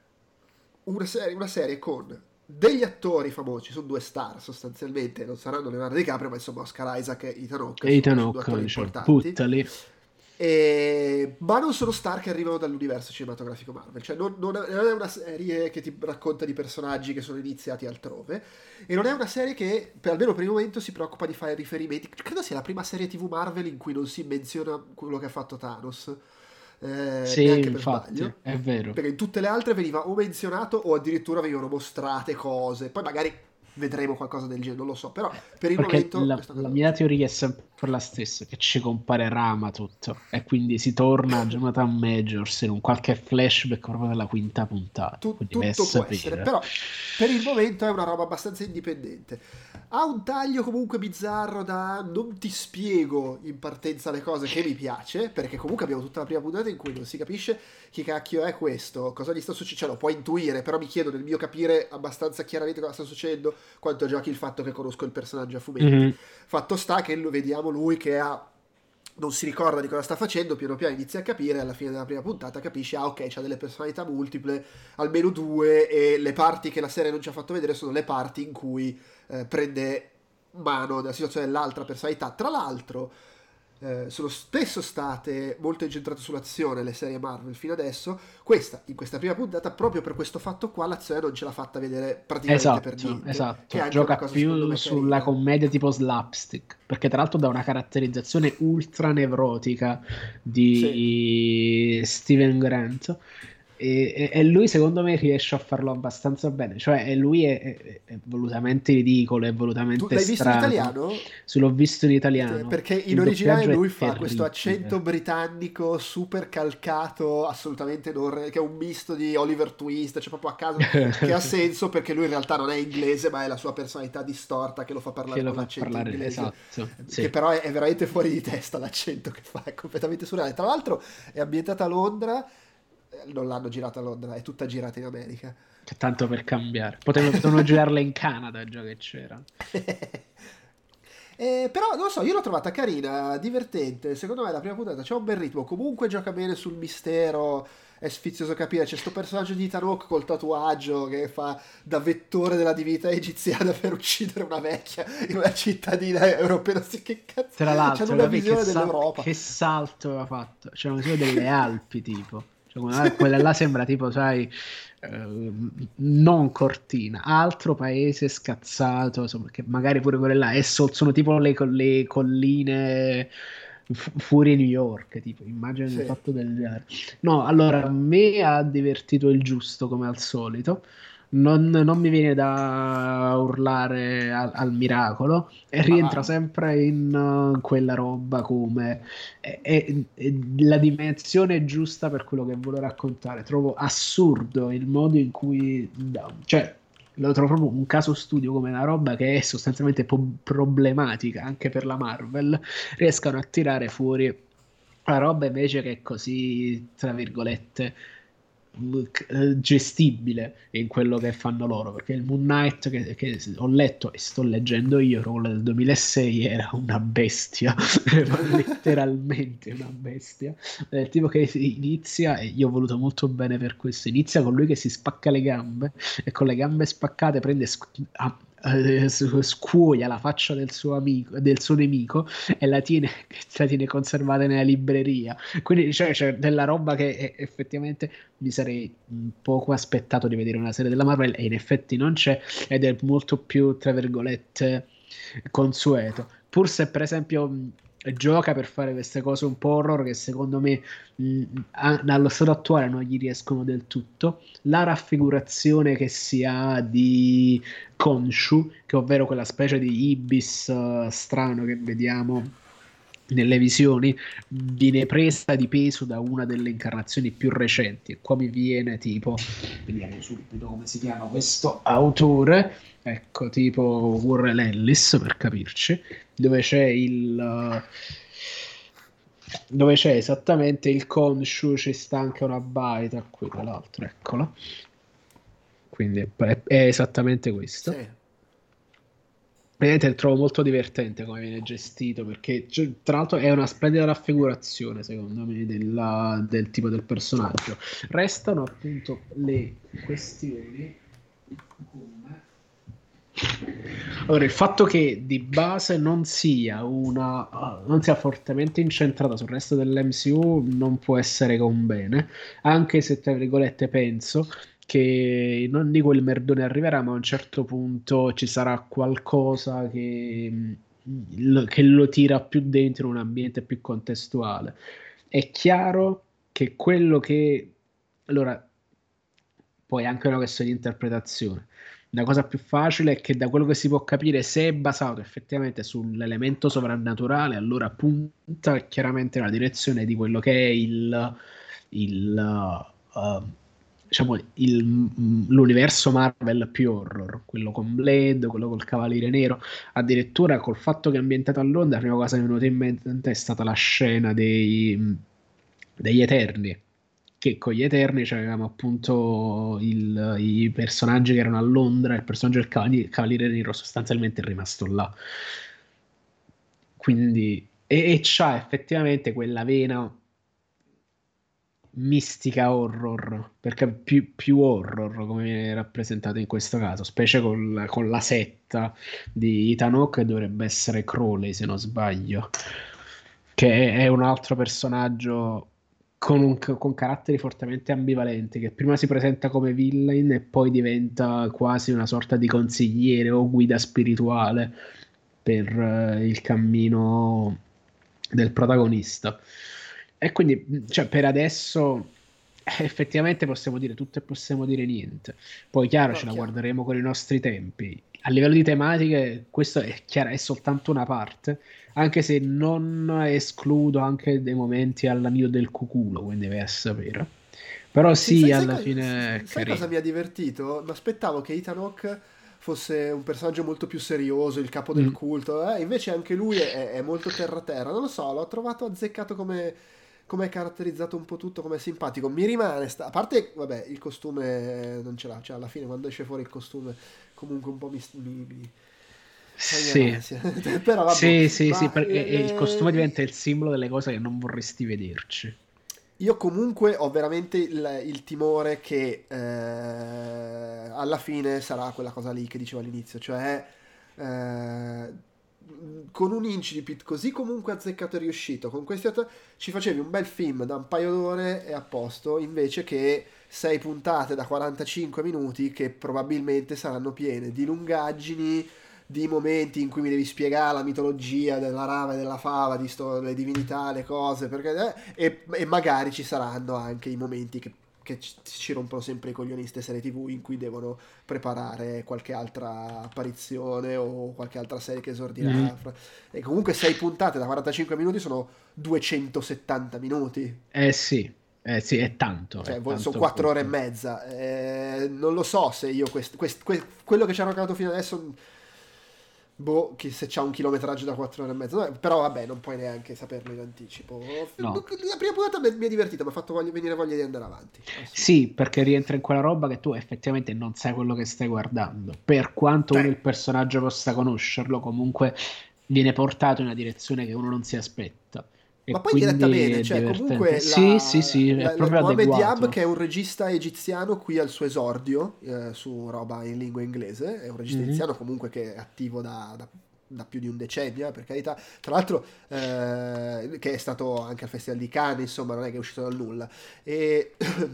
una serie, una serie con degli attori famosi, sono due star sostanzialmente, non saranno Leonardo DiCaprio, ma insomma Oscar Isaac e Ethan Hawke sono, Ethan sono due attori Hawke, cioè, importanti. buttali. E- Ma non sono star che arrivano dall'universo cinematografico Marvel, cioè non, non è non è una serie che ti racconta di personaggi che sono iniziati altrove, e non è una serie che, per, almeno per il momento, si preoccupa di fare riferimenti. Credo sia la prima serie T V Marvel in cui non si menziona quello che ha fatto Thanos, eh, Sì, neanche per infatti, sbaglio, è vero. perché in tutte le altre veniva o menzionato o addirittura venivano mostrate cose. Poi magari vedremo qualcosa del genere, non lo so, però per il Perché momento la, questa la cosa non mia c'è. teoria è sempre per la stessa, che ci compare Rama tutto, e quindi si torna a Jonathan Majors in un qualche flashback proprio della quinta puntata, Tu- quindi vai a tutto può essere, sapere. però per il momento è una roba abbastanza indipendente. Ha un taglio comunque bizzarro da non ti spiego in partenza le cose, che mi piace, perché comunque abbiamo tutta la prima puntata in cui non si capisce chi cacchio è questo, cosa gli sta succedendo, cioè lo puoi intuire, però mi chiedo nel mio capire abbastanza chiaramente cosa sta succedendo, quanto giochi il fatto che conosco il personaggio a fumetti. Mhm. Fatto sta che lo vediamo lui che ha non si ricorda di cosa sta facendo, piano piano inizia a capire, alla fine della prima puntata capisce, ah ok, c'ha delle personalità multiple, almeno due, e le parti che la serie non ci ha fatto vedere sono le parti in cui eh, prende mano della situazione dell'altra personalità. Tra l'altro, eh, sono spesso state molto incentrate sull'azione le serie Marvel fino adesso. Questa, in questa prima puntata, proprio per questo fatto qua, l'azione non ce l'ha fatta vedere praticamente per Esatto, niente, che è esatto. anche una Gioca cosa secondo più me sulla carina. commedia tipo slapstick, perché tra l'altro dà una caratterizzazione ultra nevrotica Sì. di Steven Grant. E, e- e lui secondo me riesce a farlo abbastanza bene, cioè e lui è, è- è volutamente ridicolo, è Tu volutamente l'hai visto in strano. italiano? Se l'ho visto in Eh, italiano, Perché in il originale doppiaggio è lui fa questo accento terribile. britannico super calcato, assolutamente non, re- che è un misto di Oliver Twist, cioè proprio a caso, che ha senso perché lui in realtà non è inglese, ma è la sua personalità distorta che lo fa Che parlare lo con fa l'accento parlare, inglese, esatto, che sì. però è, è veramente fuori di testa l'accento che fa, è completamente surreale. Tra l'altro è ambientata a Londra, eh, non l'hanno girata a Londra, è tutta girata in America. Che tanto per cambiare. Potevano, potevano girarla in Canada già che c'era. Eh, però non lo so, io l'ho trovata carina, divertente. Secondo me la prima puntata c'è un bel ritmo. Comunque gioca bene sul mistero. È sfizioso capire. C'è sto personaggio di Ethan Hawke col tatuaggio che fa da vettore della divinità egiziana per uccidere una vecchia in una cittadina europea. Sì, che cazzo. Tra C'hanno l'altro, una capì che, visione sa- dell'Europa. che salto aveva fatto? C'erano solo delle Alpi, tipo. Cioè, quella, quella là sembra tipo, sai, eh, non Cortina, altro paese scazzato, insomma, che magari pure quelle là, e so- sono tipo le, le colline fu- fuori New York, tipo, immagino un Sì. fatto del genere. No, allora, a me ha divertito il giusto, come al solito. Non, non mi viene da urlare al, al miracolo e Ma rientra va. sempre in uh, quella roba come è, è- è la dimensione giusta per quello che vuole raccontare. Trovo assurdo il modo in cui, cioè, lo trovo proprio un caso studio come una roba che è sostanzialmente po- problematica anche per la Marvel, riescano a tirare fuori una roba invece che è così, tra virgolette, eh, gestibile in quello che fanno loro, perché il Moon Knight che, che ho letto e sto leggendo io, quello del duemilasei, era una bestia, ma letteralmente una bestia. È il tipo che inizia, e io ho voluto molto bene per questo, inizia con lui che si spacca le gambe e con le gambe spaccate prende sc- a- eh, scuoia la faccia del suo amico, del suo nemico e la tiene, la tiene conservata nella libreria. Quindi cioè, c'è della roba che eh, effettivamente mi sarei un poco aspettato di vedere una serie della Marvel e in effetti non c'è ed è molto più, tra virgolette, consueto. Pur se per esempio mh, gioca per fare queste cose un po' horror che secondo me mh, a- allo stato attuale non gli riescono del tutto. La raffigurazione che si ha di Khonshu, che ovvero quella specie di ibis eh, strano che vediamo nelle visioni, viene presa di peso da una delle incarnazioni più recenti. E qua mi viene tipo, vediamo subito come si chiama questo autore, ecco, tipo Warren Ellis per capirci, dove c'è il... dove c'è esattamente il Khonshu, ci sta anche una baita qui, tra l'altro, eccola. Quindi è, è esattamente questo. Sì. Veramente trovo molto divertente come viene gestito perché cioè, tra l'altro è una splendida raffigurazione secondo me della- del tipo del personaggio. Restano appunto le questioni come allora, il fatto che di base non sia una, non sia fortemente incentrata sul resto dell'M C U non può essere che un bene, anche se tra virgolette penso che non dico il merdone arriverà, ma a un certo punto ci sarà qualcosa che, mh, lo, che lo tira più dentro in un ambiente più contestuale. È chiaro che quello che... Allora, poi è anche una questione di interpretazione. la cosa più facile è che da quello che si può capire, se è basato effettivamente sull'elemento sovrannaturale, allora punta chiaramente nella direzione di quello che è il, il, uh, diciamo, il- mm, l'universo Marvel più horror, quello con Blade, quello col Cavaliere Nero. Addirittura col fatto che è ambientato a Londra, la prima cosa che mi è venuta in mente è stata la scena dei, degli Eterni, che con gli Eterni avevamo appunto il- i personaggi che erano a Londra, il personaggio del Cavaliere, Cavaliere Nero sostanzialmente è rimasto là. Quindi, e, e c'ha effettivamente quella vena mistica horror, perché è più, più horror come viene rappresentato in questo caso, specie con, con la setta di Ethan Hawke, che dovrebbe essere Crowley se non sbaglio, che è un altro personaggio con, un- con caratteri fortemente ambivalenti, che prima si presenta come villain e poi diventa quasi una sorta di consigliere o guida spirituale per eh, il cammino del protagonista. E quindi, cioè, per adesso eh, effettivamente possiamo dire tutto e possiamo dire niente. Poi, chiaro, No, ce la chiaro. guarderemo con i nostri tempi. A livello di tematiche, questo è chiaro, è soltanto una parte, anche se non escludo anche dei momenti alla nido del cuculo, quindi vai a sapere. Però Sì, sì, sai, sai alla co- fine è sai cosa carino. mi ha divertito? Mi aspettavo che Ethan Hawke fosse un personaggio molto più serioso, il capo del Mm. culto, eh? Invece anche lui è, è molto terra-terra. Non lo so, l'ho trovato azzeccato come, come è caratterizzato un po' tutto, come è simpatico. Mi rimane, sta- a parte, vabbè, il costume non ce l'ha, cioè alla fine quando esce fuori il costume comunque un po' mi, mi, mi fa venire Sì, l'ansia. Però vabbè, sì, sì, sì, ma per- e, le- e il costume le- diventa il simbolo delle cose che non vorresti vederci. io comunque ho veramente il, il timore che eh, alla fine sarà quella cosa lì che dicevo all'inizio, cioè eh, con un incipit così comunque azzeccato e riuscito, con questi attori ci facevi un bel film da un paio d'ore e a posto, invece che sei puntate da quarantacinque minuti che probabilmente saranno piene di lungaggini, di momenti in cui mi devi spiegare la mitologia della rava e della fava, di sto, le divinità, le cose, perché, eh, e, e magari ci saranno anche i momenti che, che ci, ci rompono sempre i coglioni in ste serie T V in cui devono preparare qualche altra apparizione o qualche altra serie che Mm. esordirà. fra- E comunque sei puntate da quarantacinque minuti sono duecentosettanta minuti. Eh sì, eh sì, è tanto, Cioè, è vo- sono tanto quattro ore e molto. mezza. Eh, non lo so se io quest- quest- que- quello che ci hanno raccontato fino adesso. Boh, chi- se c'ha un chilometraggio da quattro ore e mezza. No, però vabbè, non puoi neanche saperlo in anticipo. No. La prima puntata mi mi è divertita, mi ha fatto voglia- venire voglia di andare avanti. Sì, Assolutamente. perché rientra in quella roba che tu effettivamente non sai quello che stai guardando. Per quanto uno Cioè, il personaggio possa conoscerlo, comunque viene portato in una direzione che uno non si aspetta. ma E poi diretta quindi bene, è cioè divertente. comunque Sì, sì, la, sì, è la- la- proprio Mohamed Diab, adeguato. che è un regista egiziano qui al suo esordio, eh, su roba in lingua inglese, è un regista Mhm. egiziano comunque che è attivo da, da- da più di un decennio, eh, per carità. Tra l'altro, eh, che è stato anche al Festival di Cannes, insomma, non è che è uscito dal nulla. E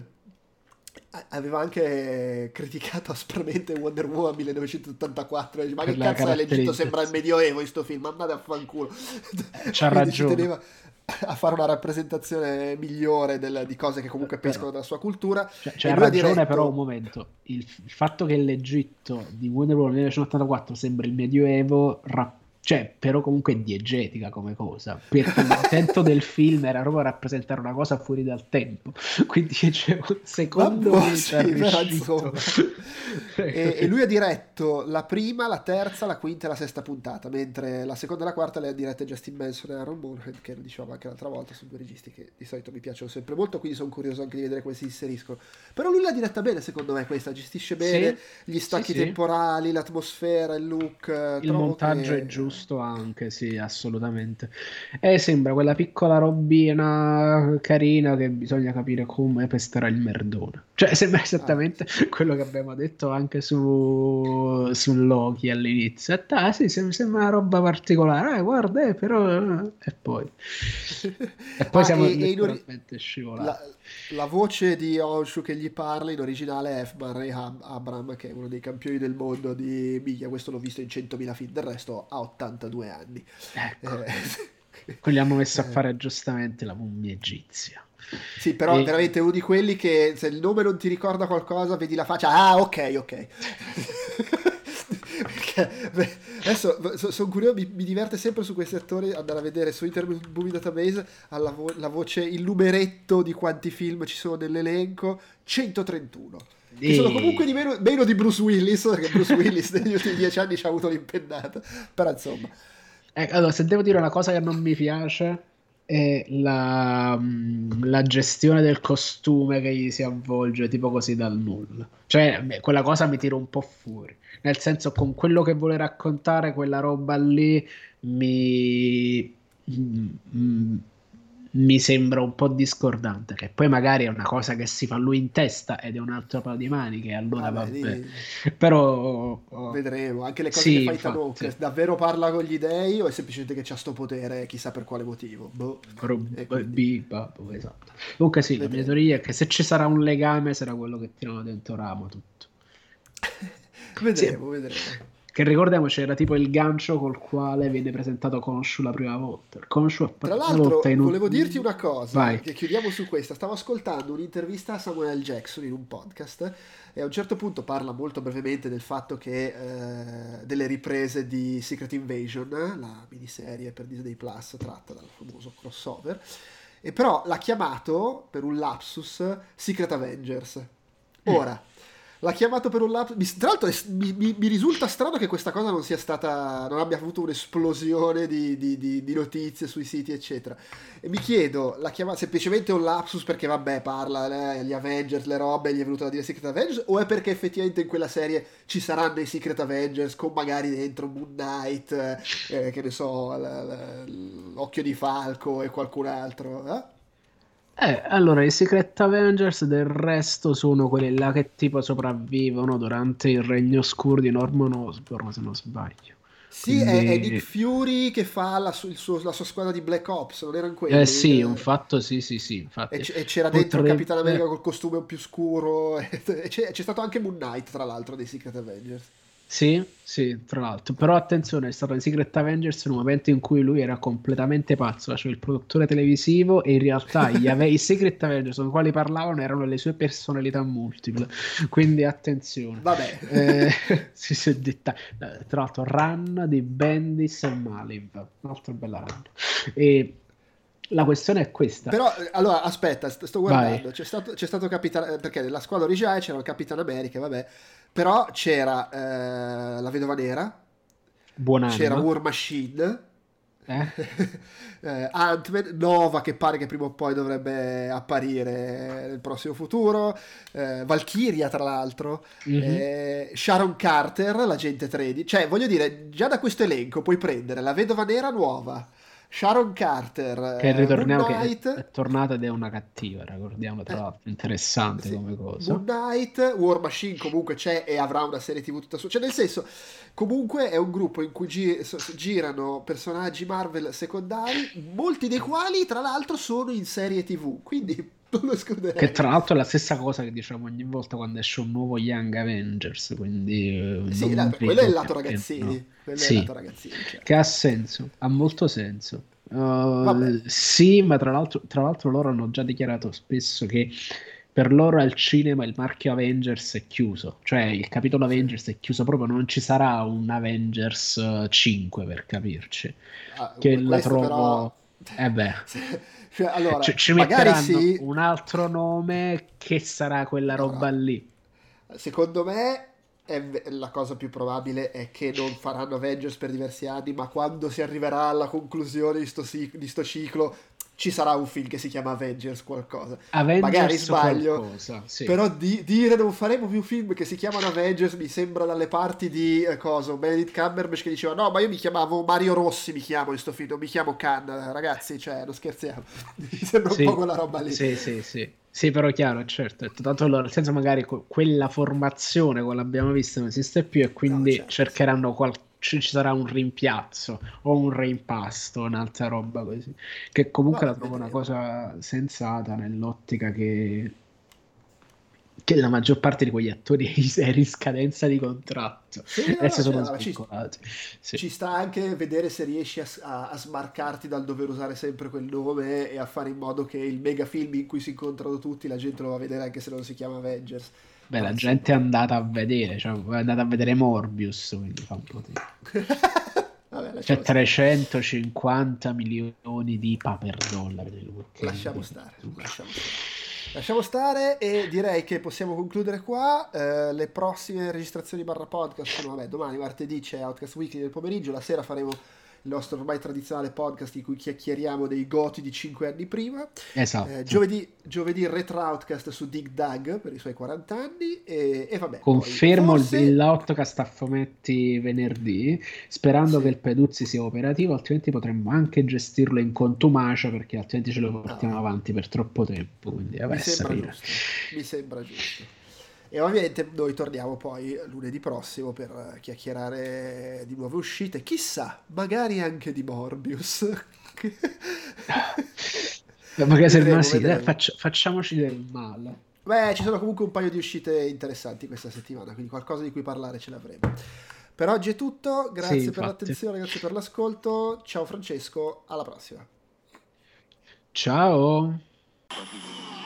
aveva anche criticato aspramente Wonder Woman millenovecentottantaquattro. Dice, ma Per che la cazzo è, l'Egitto sembra il caratterizzazione. Medioevo in sto film, andate a fanculo. Eh, C'ha Quindi ci ragione. teneva a fare una rappresentazione migliore del- di cose che comunque Però pescano dalla sua cultura, Cioè, e c'è lui ha ragione, però un diretto. momento. Il, il fatto che l'Egitto di Wonder Woman millenovecentottantaquattro sembri il Medioevo, ra- cioè, però comunque è diegetica come cosa, perché l'intento del film era proprio rappresentare una cosa fuori dal tempo. Quindi, dicevo, secondo Vabbè, me ci è sì, però riuscito. insomma. E, e Ecco. lui ha diretto la prima, la terza, la quinta e la sesta puntata, mentre la seconda e la quarta le ha dirette Justin Benson e Aaron Moorhead, che lo dicevamo anche l'altra volta, sono due registi che di solito mi piacciono sempre molto, quindi sono curioso anche di vedere come si inseriscono. Però lui l'ha diretta bene, secondo me, questa, gestisce bene Sì, gli sì, stacchi sì. temporali, l'atmosfera, il look, eh, Il trovo montaggio è che. giusto anche, sì, assolutamente. E sembra quella piccola robina carina che bisogna capire come pesterà il merdone. Cioè, sembra Ah, esattamente quello che abbiamo detto anche su, su Loki all'inizio. Ah, sì, sem- sembra una roba particolare. Eh, guarda, eh, però. E poi. E poi ah, siamo e, e in ori- letteralmente la, scivolati. la voce di Honshu che gli parla in originale è F. Murray Ab- Abram, che è uno dei campioni del mondo di Miglia. Questo l'ho visto in centomila film, del resto ha ottantadue anni. Ecco. Eh, Poi li hanno messo a eh, fare giustamente la mummia egizia. sì, però E veramente uno di quelli che se il nome non ti ricorda qualcosa, vedi la faccia, ah, ok, ok. Perché, beh, adesso so- sono curioso, mi, mi diverte sempre su questi attori andare a vedere su Internet Movie Database alla vo- la voce, il numeretto di quanti film ci sono nell'elenco, centotrentuno. Che sono comunque E... di meno, meno di Bruce Willis, perché Bruce Willis negli ultimi dieci anni ci ha avuto l'impennata. Però insomma, Eh, allora, se devo dire una cosa che non mi piace è la, mm, la gestione del costume che gli si avvolge tipo così dal nulla. Cioè, beh, quella cosa mi tira un po' fuori. Nel senso, con quello che vuole raccontare, quella roba lì mi, mm, mm, mi sembra un po' discordante. Che poi magari è una cosa che si fa lui in testa ed è un altro paio di maniche, allora vabbè, vabbè. lì Però, oh, vedremo. Anche le cose che sì, fa Ethan Hawke, infatti. davvero parla con gli dei o è semplicemente che c'ha sto potere, chissà per quale motivo. Boh. E Rob- quindi, B- Babbo, esatto. Comunque sì, la mia vedremo. teoria è che se ci sarà un legame sarà quello che tirano dentro Ramo tutto. Sì, Vedremo, vedremo. che ricordiamoci era tipo il gancio col quale viene presentato Khonshu la prima volta. Il Khonshu Tra appare una volta l'altro, in volevo dirti un... una cosa, Vai. che chiudiamo su questa. Stavo ascoltando un'intervista a Samuel Jackson in un podcast e a un certo punto parla molto brevemente del fatto che eh, delle riprese di Secret Invasion, la miniserie per Disney Plus tratta dal famoso crossover, e però l'ha chiamato per un lapsus Secret Avengers. Ora, l'ha chiamato per un lapsus. mi- Tra l'altro, è- mi, mi- mi risulta strano che questa cosa non sia stata. Non abbia avuto un'esplosione di, di- di- di notizie sui siti, eccetera. E mi chiedo, l'ha chiamata semplicemente un lapsus perché, vabbè, parla eh, gli Avengers, le robe, gli è venuto da dire Secret Avengers, o è perché effettivamente in quella serie ci saranno i Secret Avengers con magari dentro Moon Knight, eh, eh, che ne so, l- l- l'Occhio di Falco e qualcun altro? Eh? Eh, allora, i Secret Avengers del resto sono quelli là che tipo sopravvivono durante il Regno Oscuro di Norman Osborn, se non sbaglio. Sì, è, è Nick Quindi, Fury che fa la, su- il suo- la sua squadra di Black Ops, non erano eh quelli? sì, un Eh, fatto, sì, sì, sì, E, infatti c- e c'era dentro Capitan America potrebbe... col costume più scuro. E c'è, c'è stato anche Moon Knight, tra l'altro, dei Secret Avengers. Sì, sì, tra l'altro. Però attenzione, è stato in Secret Avengers in un momento in cui lui era completamente pazzo, cioè il produttore televisivo e in realtà gli ave- i Secret Avengers con i quali parlavano erano le sue personalità multiple. Quindi attenzione. Vabbè. Eh, si si è detta. eh, Tra l'altro, run di Bendis e Maliv, un'altra bella run. E la questione è questa. Però, eh, allora, aspetta, st- sto Vai, guardando. C'è stato, c'è stato Capitan... Perché nella squadra originale c'era il Capitan America, vabbè. Però c'era eh, la Vedova Nera, c'era buonanima. War Machine, Eh? eh, Ant-Man, Nova che pare che prima o poi dovrebbe apparire nel prossimo futuro, eh, Valkyria tra l'altro, Mhm. eh, Sharon Carter, l'agente tredici, cioè voglio dire, già da questo elenco puoi prendere la Vedova Nera nuova, Sharon Carter, Che eh, Moon ritorniamo che è, Knight, è tornata ed è una cattiva, ricordiamo tra eh, l'altro, interessante sì. come Moon cosa. Knight, War Machine comunque c'è e avrà una serie T V tutta sua. Cioè, nel senso, comunque è un gruppo in cui gi- so- girano personaggi Marvel secondari, molti dei quali, tra l'altro, sono in serie T V. Quindi non lo Che escluderei. tra l'altro è la stessa cosa che diciamo ogni volta quando esce un nuovo Young Avengers, quindi eh, Sì, non dai, quello è il vedo lato perché no. ragazzini. Quello è il Sì, lato ragazzini, che certo. ha senso, ha molto senso. Vabbè. Uh, sì, ma tra l'altro tra l'altro loro hanno già dichiarato spesso che per loro al cinema il marchio Avengers è chiuso, cioè il capitolo Sì. Avengers è chiuso proprio, non ci sarà un Avengers eh, cinque per capirci, Ah, che que- la questo però. trovo... Eh beh, Cioè, ci allora, ci magari metteranno sì. un altro nome che sarà quella No, roba no. lì. Secondo me è ve- la cosa più probabile è che non faranno Avengers per diversi anni, ma quando si arriverà alla conclusione di sto, ci- di sto ciclo ci sarà un film che si chiama Avengers qualcosa. Magari Avengers sbaglio, qualcosa, sì. però di- dire non faremo più film che si chiamano Avengers mi sembra dalle parti di eh, cosa, Benedict Cumberbatch che diceva no, ma io mi chiamavo Mario Rossi, mi chiamo in sto film, non mi chiamo Khan, ragazzi, cioè, non scherziamo. Mi sembra un po' Sì, quella roba lì. sì, sì, sì. Sì, però è chiaro, certo. Tanto loro, nel senso magari que- quella formazione, come l'abbiamo vista, non esiste più e No, quindi certo, sì. cercheranno qual- ci ci sarà un rimpiazzo o un reimpasto, un'altra roba così. Che comunque la Vabbè, trovo una vedremo. cosa sensata nell'ottica che che la maggior parte di quegli attori è in scadenza di contratto, Sì, no, adesso no, cioè, sono allora, ci, svincolati. Sì. ci sta anche vedere se riesci a, a- a smarcarti dal dover usare sempre quel nome e a fare in modo che il mega film in cui si incontrano tutti la gente lo va a vedere anche se non si chiama Avengers. Beh, Però la insomma. gente è andata a vedere, cioè è andata a vedere Morbius, quindi fa un po' di... Vabbè, C'è lasciamo stare. trecentocinquanta milioni di paper dollari. Che Lasciamo incredibile. stare, lasciamo stare. Lasciamo stare e direi che possiamo concludere qua. Eh, le prossime registrazioni barra podcast sono, vabbè, domani, martedì c'è Outcast Weekly nel pomeriggio, la sera faremo il nostro ormai tradizionale podcast in cui chiacchieriamo dei goti di cinque anni prima. Eh, Esatto. giovedì, giovedì il retro Outcast su Dig Dug per i suoi quaranta anni e, e vabbè, poi Confermo il, il forse... Outcast a fumetti venerdì, sperando che Sì, il Peduzzi sia operativo, altrimenti potremmo anche gestirlo in contumacia, perché altrimenti ce lo portiamo ah, avanti per troppo tempo. Quindi, mi vabbè, sembra sapere. giusto, mi sembra giusto. E ovviamente noi torniamo poi lunedì prossimo per chiacchierare di nuove uscite, chissà, magari anche di Morbius. Beh, magari se no, Vedremo, sì, dai, vedremo. faccia- facciamoci del male. Beh, ci sono comunque un paio di uscite interessanti questa settimana, quindi qualcosa di cui parlare ce l'avremo. Per oggi è tutto, Sì, grazie per infatti. l'attenzione, grazie per l'ascolto, ciao Francesco, alla prossima. Ciao.